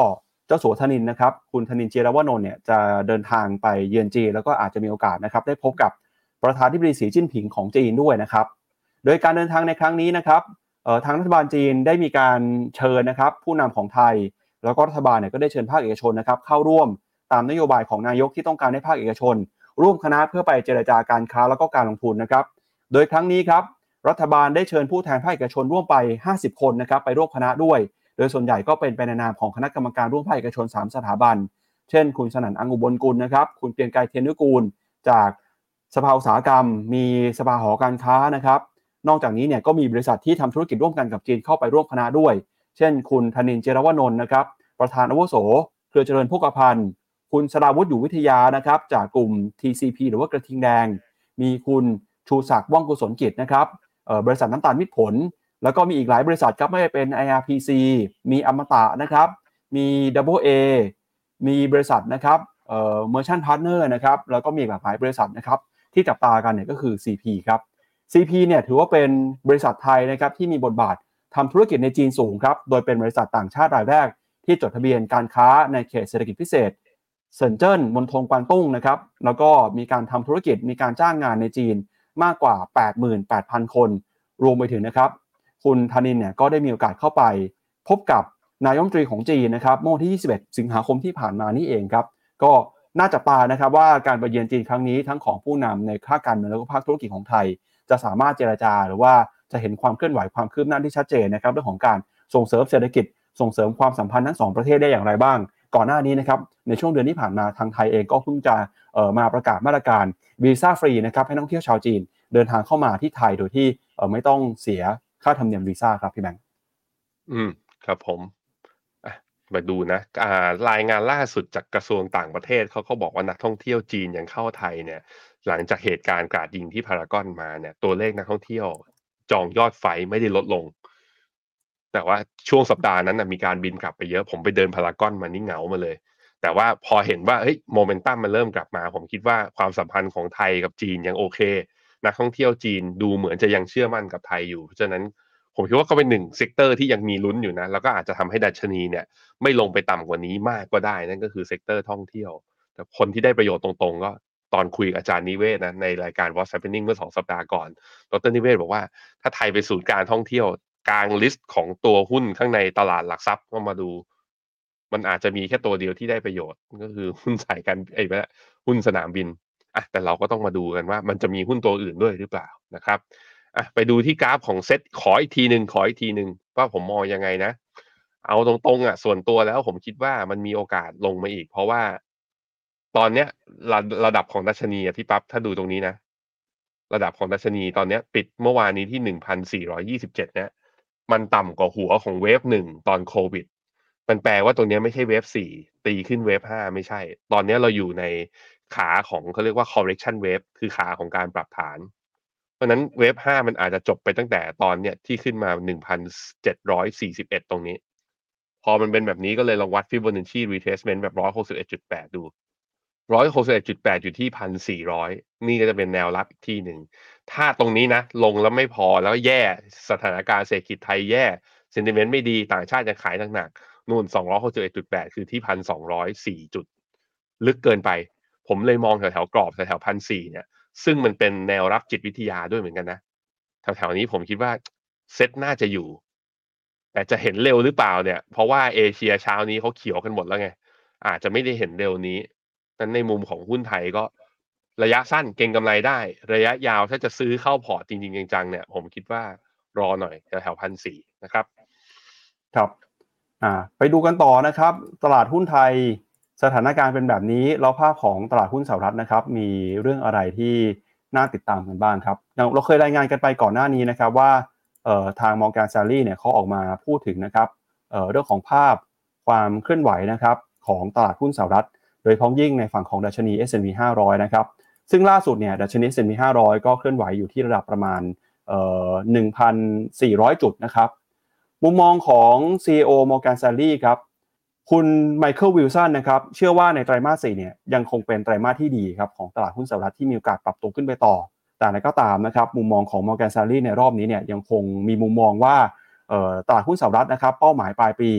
จ้าสัวธนินนะครับคุณธนินเจียรวนนท์เนี่ยจะเดินทางไปเยือนจีนแล้วก็อาจจะมีโอกาสนะครับได้พบกับประธานาธิบดีสีจิ้นผิงของจีนด้วยนะครับโดยการเดินทางในครั้งนี้นะครับเอ่อทางรัฐบาลจีนได้มีการเชิญนะครับผู้นำของไทยแล้วก็รัฐบาลเนี่ยก็ได้เชิญภาคเอกชนนะครับเข้าร่วมตามนโยบายของนายกที่ต้องการให้ภาคเอกชนร่วมคณะเพื่อไปเจรจาการค้าแล้วก็การลงทุนนะครับโดยครั้งนี้ครับรัฐบาลได้เชิญผู้แทนภาคเอกชนร่วมไปห้าสิบคนนะครับไปร่วมคณะด้วยโดยส่วนใหญ่ก็เป็นไปในนามของคณะกรรมการร่วมภาคเอกชนสามสถาบันเช่นคุณสนั่นอังอุบลกุลนะครับคุณเกรียงไกรเทียนนุกูลจากสภาอุตสาหกรรมมีสภาหอการค้านะครับนอกจากนี้เนี่ยก็มีบริษัทที่ทำธุรกิจร่วมกันกับจีนเข้าไปร่วมคณะด้วยเช่นคุณธนินเจรวนนท์นะครับประธานอาวุโสเครือเจริญโภคภัณฑ์คุณสราวุฒิอยู่วิทยานะครับจากกลุ่ม ที ซี พี หรือว่ากระทิงแดงมีคุณชูศักดิ์ว่องกุศลกิจนะครับบริษัทน้ำตาลมิตรผลแล้วก็มีอีกหลายบริษัทครับไม่ว่าเป็น ไอ อาร์ พี ซี มีอมตะนะครับมี ดับเบิลยู เอ มีบริษัทนะครับเอ่อ Merchant Partner นะครับแล้วก็มีหลากหลายบริษัทนะครับที่จับตากันเนี่ยก็คือ ซี พี ครับ ซี พี เนี่ยถือว่าเป็นบริษัทไทยนะครับที่มีบทบาททำธุรกิจในจีนสูงครับโดยเป็นบริษัทต่างชาติรายแรกที่จดทะเบียนการค้าในเขตเศรษฐกิจพิเศษเซินเจิ้นมณฑลกวางตุ้งนะครับแล้วก็มีการทำธุรกิจมีการจ้างงานในจีนมากกว่า แปดหมื่นแปดพัน คนรวมไปถึงนะครับคุณธนินเนี่ยก็ได้มีโอกาสเข้าไปพบกับนายกรัฐมนตรีของจีนนะครับเมื่อวันที่ยี่สิบเอ็ดสิงหาคมที่ผ่านมานี่เองครับก็น่าจับตานะครับว่าการไปเยือนจีนครั้งนี้ทั้งของผู้นำในภาคการเมืองแล้วก็ภาคธุรกิจของไทยจะสามารถเจรจาหรือว่าจะเห็นความเคลื่อนไหวความคืบหน้าที่ชัดเจนนะครับเรื่องของการส่งเสริมเศรษฐกิจส่งเสริมความสัมพันธ์ทั้งสองประเทศได้อย่างไรบ้างก่อนหน้านี้นะครับในช่วงเดือนที่ผ่านมาทางไทยเองก็เพิ่งจะเอ่อมาประกาศมาตรการวีซ่าฟรีนะครับให้นักท่องเที่ยวชาวจีนเดินทางเข้ามาที่ไทยโดยที่เอ่อไม่ต้องเสียค่าธรรมเนียมวีซ่าครับพี่แบงค์อืมครับผมอ่ะมาดูนะอ่ารายงานล่าสุดจากกระทรวงต่างประเทศเขาก็บอกว่านักท่องเที่ยวจีนยังเข้าไทยเนี่ยหลังจากเหตุการณ์กราดยิงที่พารากอนมาเนี่ยตัวเลขนักท่องเที่ยวจองยอดไฟล์ไม่ได้ลดลงแต่ว่าช่วงสัปดาห์นั้นนะมีการบินกลับไปเยอะผมไปเดินพารากอนมานี่เหงามาเลยแต่ว่าพอเห็นว่าเฮ้ยโมเมนตัมมันเริ่มกลับมาผมคิดว่าความสัมพันธ์ของไทยกับจีนยังโอเคนักท่องเที่ยวจีนดูเหมือนจะยังเชื่อมั่นกับไทยอยู่เพราะฉะนั้นผมคิดว่าก็เป็นหนึ่งเซกเตอร์ที่ยังมีลุ้นอยู่นะแล้วก็อาจจะทำให้ดัชนีเนี่ยไม่ลงไปต่ำกว่านี้มากก็ได้นั่นก็คือเซกเตอร์ท่องเที่ยวแต่คนที่ได้ประโยชน์ตรงๆก็ตอนคุยกับอาจารย์นิเวศนะในรายการ What's Happening เมื่อสองสัปดาห์ก่อนดรนิเวศบอกว่าถ้าไทยเป็นศูนย์กลางท่องเที่ยวกลางลิสต์ของตัวหุ้นข้างในตลาดหลักทรัพย์ก็มาดูมันอาจจะมีแค่ตัวเดียวที่ได้ประโยชน์ก็คือหุ้นสายการไอ้ไม่หุ้นสนามบินอ่ะแต่เราก็ต้องมาดูกันว่ามันจะมีหุ้นตัวอื่นด้วยหรือเปล่านะครับอ่ะไปดูที่กราฟของเซ็ตขออีกทีหนึ่งขออีกทีหนึ่งว่าผมมองยังไงนะเอาตรงๆอ่ะส่วนตัวแล้วผมคิดว่ามันมีโอกาสลงมาอีกเพราะว่าตอนเนี้ยระระดับของดัชนีอ่ะพี่ปั๊บถ้าดูตรงนี้นะระดับของดัชนีตอนเนี้ยปิดเมื่อวานนี้ที่หนึ่งพันสี่ร้อยยี่สิบเจ็ดเนี่ยมันต่ำกว่าหัวของเวฟหนึ่งตอนโควิดมันแปลว่าตัวเนี้ยไม่ใช่เวฟสี่ตีขึ้นเวฟห้าไม่ใช่ตอนเนี้ยเราอยู่ในขาของเขาเรียกว่า correction wave คือขาของการปรับฐานเพราะนั้นเวฟห้ามันอาจจะจบไปตั้งแต่ตอนเนี้ยที่ขึ้นมาหนึ่งพันเจ็ดร้อยสี่สิบเอ็ดตรงนี้พอมันเป็นแบบนี้ก็เลยลองวัด Fibonacci retracement แบบ หนึ่งร้อยหกสิบเอ็ดจุดแปด ดู หนึ่งร้อยหกสิบเอ็ดจุดแปด อยู่ที่ หนึ่งพันสี่ร้อย นี่ก็จะเป็นแนวรับอีกที่หนึ่งถ้าตรงนี้นะลงแล้วไม่พอแล้วแย่สถานการณ์เศรษฐกิจไทยแย่ sentiment ไม่ดีต่างชาติยังขายหนักๆนู่น สองร้อยหกสิบเอ็ดจุดแปด คือที่ หนึ่งพันสองร้อยสี่ จุดลึกเกินไปผมเลยมองแถวๆกรอบแถวๆ หนึ่งพันสี่ร้อย เนี่ยซึ่งมันเป็นแนวรับจิตวิทยาด้วยเหมือนกันนะแถวๆนี้ผมคิดว่าเซ็ตน่าจะอยู่แต่จะเห็นเร็วหรือเปล่าเนี่ยเพราะว่าเอเชียเช้านี้เขาเขียวกันหมดแล้วไงอาจจะไม่ได้เห็นเร็วนี้นั้นในมุมของหุ้นไทยก็ระยะสั้นเก็งกำไรได้ระยะยาวถ้าจะซื้อเข้าพอร์ตจริงๆจังๆเนี่ยผมคิดว่ารอหน่อยแถวๆ หนึ่งพันสี่ร้อย นะครับครับอ่าไปดูกันต่อนะครับตลาดหุ้นไทยสถานการณ์เป็นแบบนี้แล้วภาพของตลาดหุ้นสหรัฐนะครับมีเรื่องอะไรที่น่าติดตามกันบ้างครับอย่างเราเคยรายงานกันไปก่อนหน้านี้นะครับว่าเอ่อทาง Morgan Stanley เนี่ยเขาออกมาพูดถึงนะครับเอ่อเรื่องของภาพความเคลื่อนไหวนะครับของตลาดหุ้นสหรัฐโดยเฉพาะยิ่งในฝั่งของดัชนี เอส แอนด์ พี ห้าร้อยนะครับซึ่งล่าสุดเนี่ยดัชนี เอส แอนด์ พี ห้าร้อยก็เคลื่อนไหวอยู่ที่ระดับประมาณเอ่อ หนึ่งพันสี่ร้อย จุดนะครับมุมมองของ ซี อี โอ Morgan Stanley ครับคุณไมเคิลวิลสันนะครับเชื่อว่าในไตรมาสสี่เนี่ยยังคงเป็นไตรมาสที่ดีครับของตลาดหุ้นสหรัฐที่มีโอกาสปรับตัวขึ้นไปต่อแต่อะไรก็ตามนะครับมุมมองของ Morgan Stanley ในรอบนี้เนี่ยยังคงมีมุมมองว่าเอ่อตลาดหุ้นสหรัฐนะครับเป้าหมายปลายปี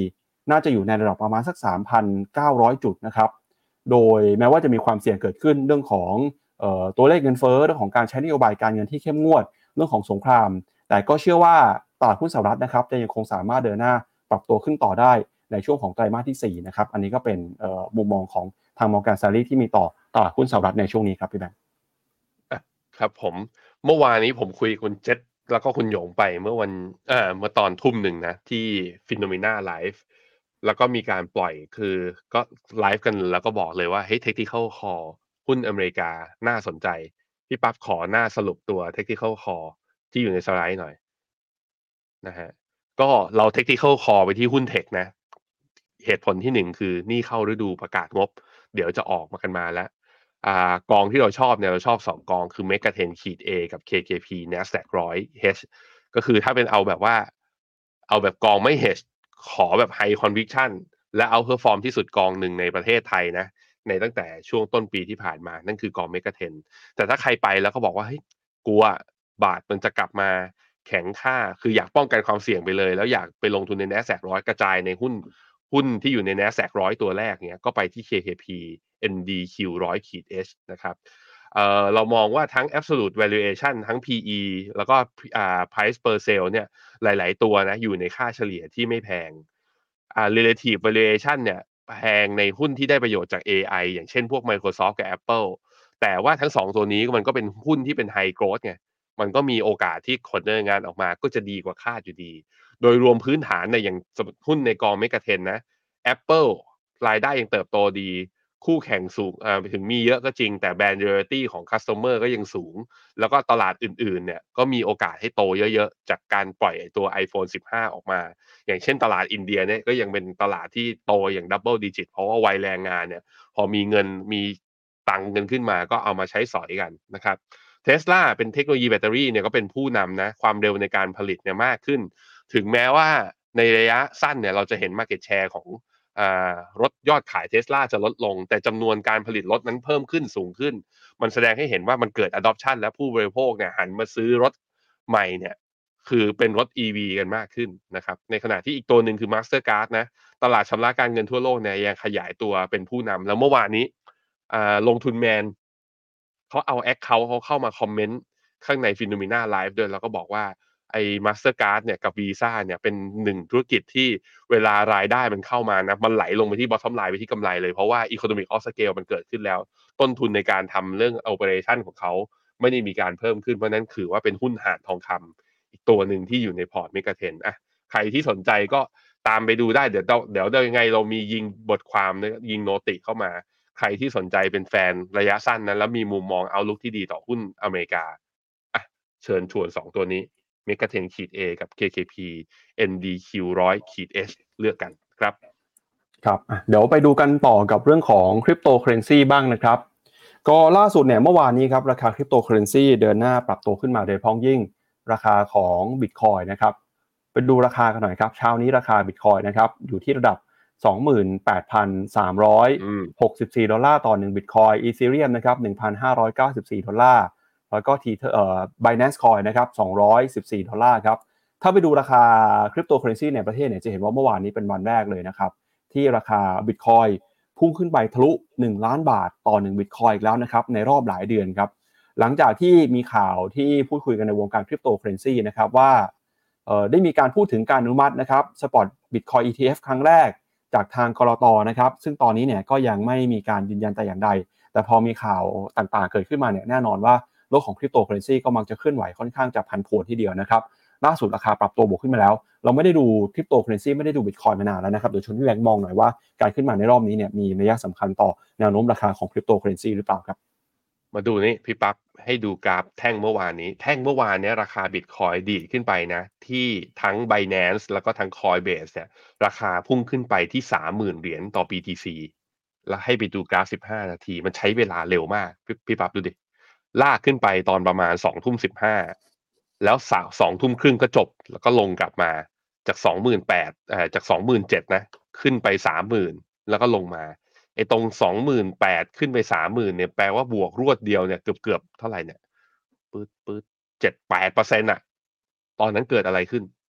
น่าจะอยู่ในระดับประมาณสัก สามพันเก้าร้อย จุดนะครับโดยแม้ว่าจะมีความเสี่ยงเกิดขึ้นเรื่องของเอ่อตัวเลขเงินเฟ้อเรื่องของการใช้นโยบายการเงินที่เข้มงวดเรื่องของสงครามแต่ก็เชื่อว่าตลาดหุ้นสหรัฐนะครับจะยังคงสามารถเดินหน้าปรับตัวขึ้นต่อได้ในช่วงของไตรมาสที่สี่นะครับอันนี้ก็เป็นเอ่อมุมมองของทาง Morgan Stanley ที่มีต่อตลาดหุ้นสหรัฐในช่วงนี้ครับพี่แบงค์อ่ะครับผมเมื่อวานนี้ผมคุยกับคุณเจษแล้วก็คุณหยงไปเมื่อวันเอ่อเมื่อตอนทุ่มหนึ่งนะที่ฟิโนเมนาไลฟ์แล้วก็มีการปล่อยคือก็ไลฟ์กันแล้วก็บอกเลยว่าเฮ้ย technical call หุ้นอเมริกาน่าสนใจพี่ปั๊บขอหน้าสรุปตัว technical call ที่อยู่ในสไลด์หน่อยนะฮะก็เรา technical call ไปที่หุ้นเทคนะเหตุผลที่หนึ่งคือนี่เข้าฤดูประกาศงบเดี๋ยวจะออกมากันมาแล้ว อ่ากองที่เราชอบเนี่ยเราชอบสองกองคือ Megaten ขีด A กับ เค เค พี Nasdaq หนึ่งร้อย Hedge ก็คือถ้าเป็นเอาแบบว่าเอาแบบกองไม่ Hedge ขอแบบ High Conviction และ Outperform ที่สุดกองหนึ่งในประเทศไทยนะในตั้งแต่ช่วงต้นปีที่ผ่านมานั่นคือกอง Megaten แต่ถ้าใครไปแล้วก็บอกว่าเฮ้ยกลัวบาทมันจะกลับมาแข็งค่าคืออยากป้องกันความเสี่ยงไปเลยแล้วอยากไปลงทุนใน Nasdaq หนึ่งร้อยกระจายในหุ้นหุ้นที่อยู่ใน Nasdaq หนึ่งร้อยตัวแรกเนี่ยก็ไปที่ เค เค พี เอ็น ดี คิว หนึ่งร้อย H นะครับเอ่อเรามองว่าทั้ง absolute valuation ทั้ง พี อี แล้วก็อ่า price per sale เนี่ยหลายๆตัวนะอยู่ในค่าเฉลี่ยที่ไม่แพงอ่า relative valuation เนี่ยแพงในหุ้นที่ได้ประโยชน์จาก เอ ไอ อย่างเช่นพวก Microsoft กับ Apple แต่ว่าทั้งสองตัวนี้มันก็เป็นหุ้นที่เป็น high growth ไงมันก็มีโอกาสที่ผลดำเนินงานออกมาก็จะดีกว่าคาดอยู่ดีโดยรวมพื้นฐานเนี่ยอย่างสมมุติหุ้นในกอง Megaten นะ Apple รายได้ยังเติบโตดีคู่แข่งสูงเอ่อถึงมีเยอะก็จริงแต่ brand loyalty ของ customer ก็ยังสูงแล้วก็ตลาดอื่นๆเนี่ยก็มีโอกาสให้โตเยอะๆจากการปล่อยตัว iPhone สิบห้าออกมาอย่างเช่นตลาดอินเดียเนี่ยก็ยังเป็นตลาดที่โตอย่าง double digit เพราะว่าวัยแรงงานเนี่ยพอมีเงินมีตังค์กันขึ้นมาก็เอามาใช้สอยกันนะครับ Tesla เป็นเทคโนโลยีแบตเตอรี่เนี่ยก็เป็นผู้นำนะความเร็วในการผลิตเนี่ยมากขึ้นถึงแม้ว่าในระยะสั้นเนี่ยเราจะเห็น market share ของอ่ารถยอดขาย Tesla จะลดลงแต่จำนวนการผลิตรถนั้นเพิ่มขึ้นสูงขึ้นมันแสดงให้เห็นว่ามันเกิด adoption และผู้บริโภคเนี่ยหันมาซื้อรถใหม่เนี่ยคือเป็นรถ อี วี กันมากขึ้นนะครับในขณะที่อีกตัวหนึ่งคือ Mastercard นะตลาดชำระการเงินทั่วโลกเนี่ยยังขยายตัวเป็นผู้นำแล้วเมื่อวานนี้อ่าลงทุนแมนเขาเอา account เขาเข้ามาคอมเมนต์ข้างใน Phenomena Live ด้วยแล้วก็บอกว่าไอ้ Mastercard เนี่ยกับ Visa เนี่ยเป็นหนึ่งธุรกิจที่เวลารายได้มันเข้ามานะมันไหลลงไปที่ bottom line ไปที่กำไรเลยเพราะว่า economic of scale มันเกิดขึ้นแล้วต้นทุนในการทำเรื่อง operation ของเขาไม่ได้มีการเพิ่มขึ้นเพราะนั้นถือว่าเป็นหุ้นห่านทองคำอีกตัวหนึ่งที่อยู่ในพอร์ต Megaten อ่ะใครที่สนใจก็ตามไปดูได้เดี๋ยวเดี๋ยวเดี๋ยวยังไงเรามียิงบทความยิงโนติเข้ามาใครที่สนใจเป็นแฟนระยะสั้นนั้นแล้วมีมุมมองเอาลุกที่ดีต่อหุ้นอเมริกาอ่ะเชิญชวนสองตัวนี้ Megaten ขีด A กับ เค เค พี เอ็น ดี คิว หนึ่งร้อย ขีด H เลือกกันครับครับเดี๋ยวไปดูกันต่อกับเรื่องของคริปโตเคอเรนซีบ้างนะครับก็ล่าสุดเนี่ยเมื่อวานนี้ครับราคาคริปโตเคอเรนซีเดินหน้าปรับตัวขึ้นมาโดยเฉพาะยิ่งราคาของ Bitcoin นะครับไปดูราคากันหน่อยครับเช้านี้ราคา Bitcoin นะครับอยู่ที่ระดับ สองหมื่นแปดพันสามร้อยหกสิบสี่ ดอลลาร์ต่อหนึ่ง Bitcoin Ethereum นะครับ หนึ่งพันห้าร้อยเก้าสิบสี่ ดอลลาร์แล้วก็ทีเอ่อ Binance Coin นะครับสองร้อยสิบสี่ ดอลลาร์ครับถ้าไปดูราคาคริปโตเคอเรนซีในประเทศเนี่ยจะเห็นว่าเมื่อวานนี้เป็นวันแรกเลยนะครับที่ราคา Bitcoin พุ่งขึ้นไปทะลุหนึ่งล้านบาทต่อหนึ่ง Bitcoin อีกแล้วนะครับในรอบหลายเดือนครับหลังจากที่มีข่าวที่พูดคุยกันในวงการคริปโตเคอเรนซีนะครับว่าเอ่อได้มีการพูดถึงการอนุมัตินะครับสปอต Bitcoin อี ที เอฟ ครั้งแรกจากทางกลต.นะครับซึ่งตอนนี้เนี่ยก็ยังไม่มีการยืนยันแต่อย่างใดแต่พอมีข่าวต่างๆเกิดขึ้นมาเนี่ยแน่นอนว่าโลกของคริปโตเคอเรนซีก็มักจะเคลื่อนไหวค่อนข้างจะผันผวนทีเดียวนะครับล่าสุดราคาปรับตัวบวกขึ้นมาแล้วเราไม่ได้ดูคริปโตเคอเรนซีไม่ได้ดู Bitcoin มานานแล้วนะครับเดี๋ยวชวนพี่แบงค์มองหน่อยว่าการขึ้นมาในรอบนี้เนี่ยมีนัยสำคัญต่อแนวโน้มราคาของคริปโตเคอเรนซีหรือเปล่าครับมาดูนี่พี่ปั๊บให้ดูกราฟแท่งเมื่อวานนี้แท่งเมื่อวานเนี้ยราคา Bitcoin ดีดขึ้นไปนะที่ทั้ง Binance แล้วก็ทั้ง Coinbase เนี่ยราคาพุ่งขึ้นไปที่ สามหมื่น เหรียญต่อ บี ที ซี แล้วให้ไปดูกราฟสิบห้านาทีมันใช้เวลาเร็วมากพี่พี่ปั๊บดูดิลากขึ้นไปตอนประมาณ สองทุ่มสิบห้า แล้วสาวสองทุ่มครึ่งก็จบแล้วก็ลงกลับมาจาก สองหมื่นแปดพัน เอ่อจาก สองหมื่นเจ็ดพัน นะขึ้นไป สามหมื่น แล้วก็ลงมาไอ้ตรง สองหมื่นแปดพัน ขึ้นไป สามหมื่น เนี่ยแปลว่าบวกรวดเดียวเนี่ยเกือบๆเท่าไหร่เนี่ยปื๊ดๆ เจ็ดถึงแปดเปอร์เซ็นต์ น่ะตอนนั้นเกิดอะไรขึ้น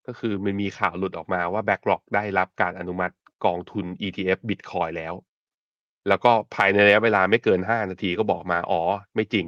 ก็คือมันมีข่าวหลุดออกมาว่า BlackRock ได้รับการอนุมัติกองทุน อี ที เอฟ Bitcoin แล้วแล้วก็ภายในระยะเวลาไม่เกินห้านาทีก็บอกมาอ๋อไม่จริง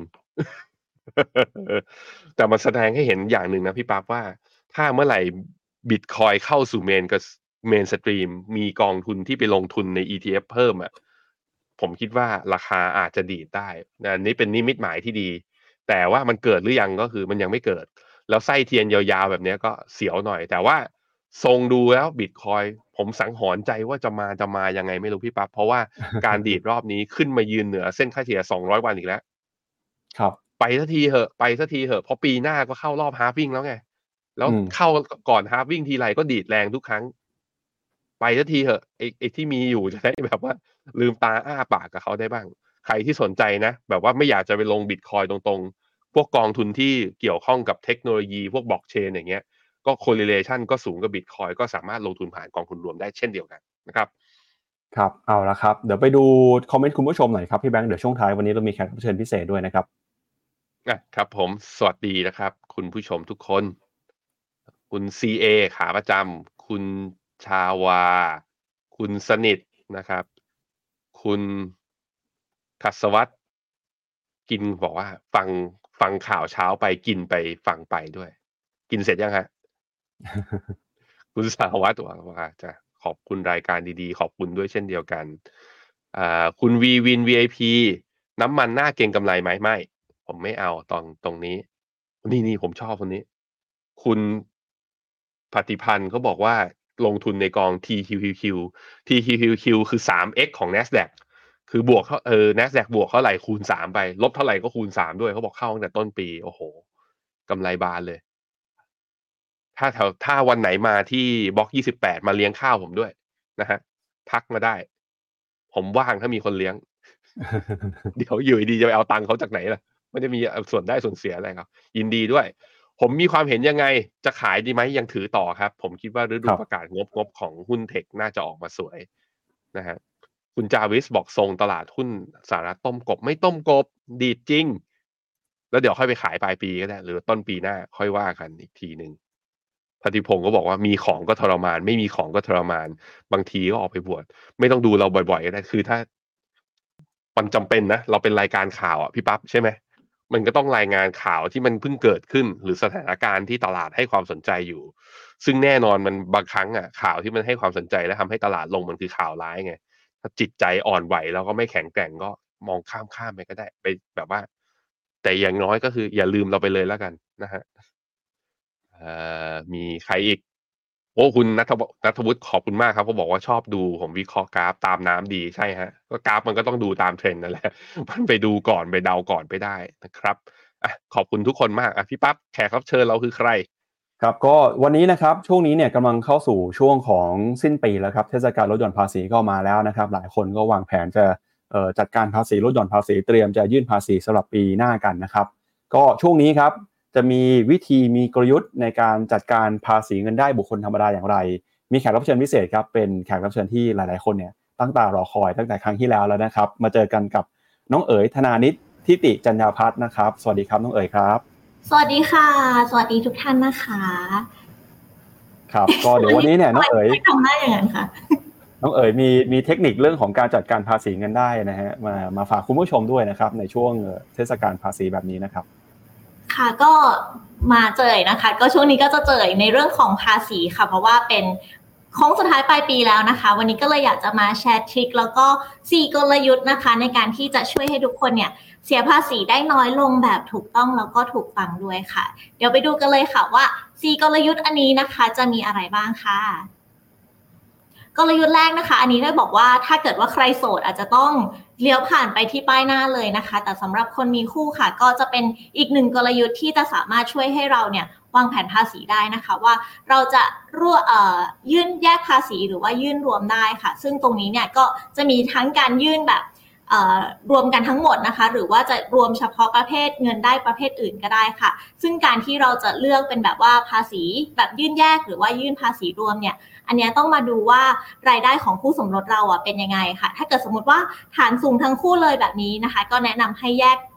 แต่มันแสดงให้เห็นอย่างหนึ่งนะพี่ปั๊บว่าถ้าเมื่อไหร่ Bitcoin เข้าสู่เมนกับเมนสตรีมมีกองทุนที่ไปลงทุนใน อี ที เอฟ เพิ่มอะผมคิดว่าราคาอาจจะดีดได้นะอันนี้เป็นนิมิตหมายที่ดีแต่ว่ามันเกิดหรือยังก็คือมันยังไม่เกิดแล้วไส้เทียนยาวๆแบบนี้ก็เสียวหน่อยแต่ว่าทรงดูแล้ว Bitcoin ผมสังหรณ์ใจว่าจะมาจะมายังไงไม่รู้พี่ปั๊บเพราะว่าการดีดรอบนี้ขึ้นมายืนเหนือเส้นค่าเฉลี่ยสองร้อยวันอีกแล้วครับไปสักทีเหอะไปสักทีเหอะเพราะปีหน้าก็เข้ารอบฮาล์ฟวิ่งแล้วไงแล้วอืมเข้าก่อนฮาล์ฟวิ่งทีไรก็ดีดแรงทุกครั้งไปสักทีเหอะไอ้ไอ้ที่มีอยู่จะได้แบบว่าลืมตาอ้าปากกับเขาได้บ้างใครที่สนใจนะแบบว่าไม่อยากจะไปลง Bitcoin ตรงๆพวกกองทุนที่เกี่ยวข้องกับเทคโนโลยีพวก Blockchain อย่างเงี้ยก็ correlation ก็สูงกับ Bitcoin ก็สามารถลงทุนผ่านกองทุนรวมได้เช่นเดียวกันนะครับครับเอาละครับเดี๋ยวไปดูคอมเมนต์คุณผู้ชมหน่อยครับพี่แบงค์เดี๋ยวช่วงท้ายวันนี้เรามีแขกรับเชิญพิเศษด้วยนะครับอะครับผมสวัสดีนะครับคุณผู้ชมทุกคนคุณ ซี เอ ขาประจำคุณชาวาคุณสนิทนะครับคุณขัสวัตกินบอกว่าฟังฟังข่าวเช้าไปกินไปฟังไปด้วยกินเสร็จยังฮะ คุณสาวัตรหวังว่าจะขอบคุณรายการดีๆขอบคุณด้วยเช่นเดียวกันอ่าคุณวีวิน วี ไอ พี น้ำมันน่าเก็งกำไรไหมไม่ผมไม่เอาตอนตรงนี้นี่นี่ผมชอบคนนี้คุณปฏิพันธ์เขาบอกว่าลงทุนในกอง ที คิว คิว คิว ที คิว คิว คิว คือ ทรี เอ็กซ์ ของ NASDAQ คือบวกเออ NASDAQ บวกเท่าไหร่คูณสามไปลบเท่าไหร่ก็คูณสามด้วยเขาบอกเข้าตั้งแต่ต้นปีโอ้โหกำไรบานเลย ถ้าแถวถ้าวันไหนมาที่บล็อกยี่สิบแปดมาเลี้ยงข้าวผมด้วยนะฮะทักมาได้ผมว่างถ้ามีคนเลี้ยงเดี๋ยวอยู่ดีจะไปเอาตังค์เขาจากไหนล่ะไม่ได้มีส่วนได้ส่วนเสียอะไรครับยินดีด้วยผมมีความเห็นยังไงจะขายดีไหมยังถือต่อครับผมคิดว่าฤดูประกาศงบงบของหุ้นเทคน่าจะออกมาสวยนะฮะคุณจาวิสบอกทรงตลาดหุ้นสหรัฐต้มกบไม่ต้มกบดีดจริงแล้วเดี๋ยวค่อยไปขายปลายปีก็ได้หรือต้นปีหน้าค่อยว่ากันอีกทีหนึ่ง พัทธิพงศ์ก็บอกว่ามีของก็ทรมานไม่มีของก็ทรมานบางทีก็ออกไปบวชไม่ต้องดูเราบ่อยๆก็ได้คือถ้ามันจำเป็นนะเราเป็นรายการข่าวอ่ะพี่ปั๊บใช่ไหมมันก็ต้องรายงานข่าวที่มันเพิ่งเกิดขึ้นหรือสถานการณ์ที่ตลาดให้ความสนใจอยู่ซึ่งแน่นอนมันบางครั้งอ่ะข่าวที่มันให้ความสนใจและทำให้ตลาดลงมันคือข่าวร้ายไงถ้าจิตใจอ่อนไหวแล้วก็ไม่แข็งแกร่งก็มองข้ามข้ามไปก็ได้ไปแบบว่าแต่อย่างน้อยก็คืออย่าลืมเราไปเลยแล้วกันนะฮะ เอ่อมีใครอีกโอ้คุณนัทวนัทวุฒิขอบคุณมากครับเขาบอกว่าชอบดูผมวิเคราะห์กราฟตามน้ำดีใช่ฮะก็กราฟมันก็ต้องดูตามเทรนด์นั่นแหละ มันไปดูก่อนไปเดาก่อนไปได้นะครับอ่ะขอบคุณทุกคนมากอ่ะพี่ปั๊บแขกรับเชิญเราคือใครครับก็วันนี้นะครับช่วงนี้เนี่ยกำลังเข้าสู่ช่วงของสิ้นปีแล้วครับเทศกาลลดหย่อนภาษีก็มาแล้วนะครับหลายคนก็วางแผนจะเอ่อจัดการภาษีลดหย่อนภาษีเตรียมจะยื่นภาษีสำหรับปีหน้ากันนะครับก็ช่วงนี้ครับจะมีวิธีมีกลยุทธ์ในการจัดการภาษีเงินได้บุคคลธรรมดาอย่างไรมีแขกรับเชิญพิเศษครับเป็นแขกรับเชิญที่หลายๆคนเนี่ยตั้งตารอคอยตั้งแต่ครั้งที่แล้วแล้วนะครับมาเจอกันกับน้องเอ๋ยธนานิตทิติจัญญาภัทรนะครับสวัสดีครับน้องเอ๋ยครับสวัสดีค่ะสวัสดีทุกท่านนะคะครับก็เดี๋ยววันนี้เนี่ยน้องเอ๋ยทำได้อย่างนั้นค่ะน้องเอ๋ยมีมีเทคนิคเรื่องของการจัดการภาษีเงินได้นะฮะมามาฝากคุณผู้ชมด้วยนะครับในช่วงเทศกาลภาษีแบบนี้นะครับค่ะก็มาเจอนะคะก็ช่วงนี้ก็จะเจอในเรื่องของภาษีค่ะเพราะว่าเป็นโค้งสุดท้ายปลายปีแล้วนะคะวันนี้ก็เลยอยากจะมาแชร์ทริคแล้วก็สี่กลยุทธ์นะคะในการที่จะช่วยให้ทุกคนเนี่ยเสียภาษีได้น้อยลงแบบถูกต้องแล้วก็ถูกฟังด้วยค่ะเดี๋ยวไปดูกันเลยค่ะว่าสี่กลยุทธ์อันนี้นะคะจะมีอะไรบ้างค่ะกลยุทธ์แรกนะคะอันนี้ได้บอกว่าถ้าเกิดว่าใครโสดอาจจะต้องเลี้ยวผ่านไปที่ป้ายหน้าเลยนะคะแต่สำหรับคนมีคู่ค่ะก็จะเป็นอีกหนึ่งกลยุทธ์ที่จะสามารถช่วยให้เราเนี่ยวางแผนภาษีได้นะคะว่าเราจะรั่วเอ่อยื่นแยกภาษีหรือว่ายื่นรวมได้ค่ะซึ่งตรงนี้เนี่ยก็จะมีทั้งการยื่นแบบรวมกันทั้งหมดนะคะหรือว่าจะรวมเฉพาะประเภทเงินได้ประเภทอื่นก็ได้ค่ะซึ่งการที่เราจะเลือกเป็นแบบว่าภาษีแบบยื่นแยกหรือว่ายื่นภาษีรวมเนี่ยอันนี้ต้องมาดูว่ารายได้ของคู่สมรสเราอ่ะเป็นยังไงค่ะถ้าเกิดสมมติว่าฐานสูงทั้งคู่เลยแบบนี้นะคะก็แนะนำให้แยก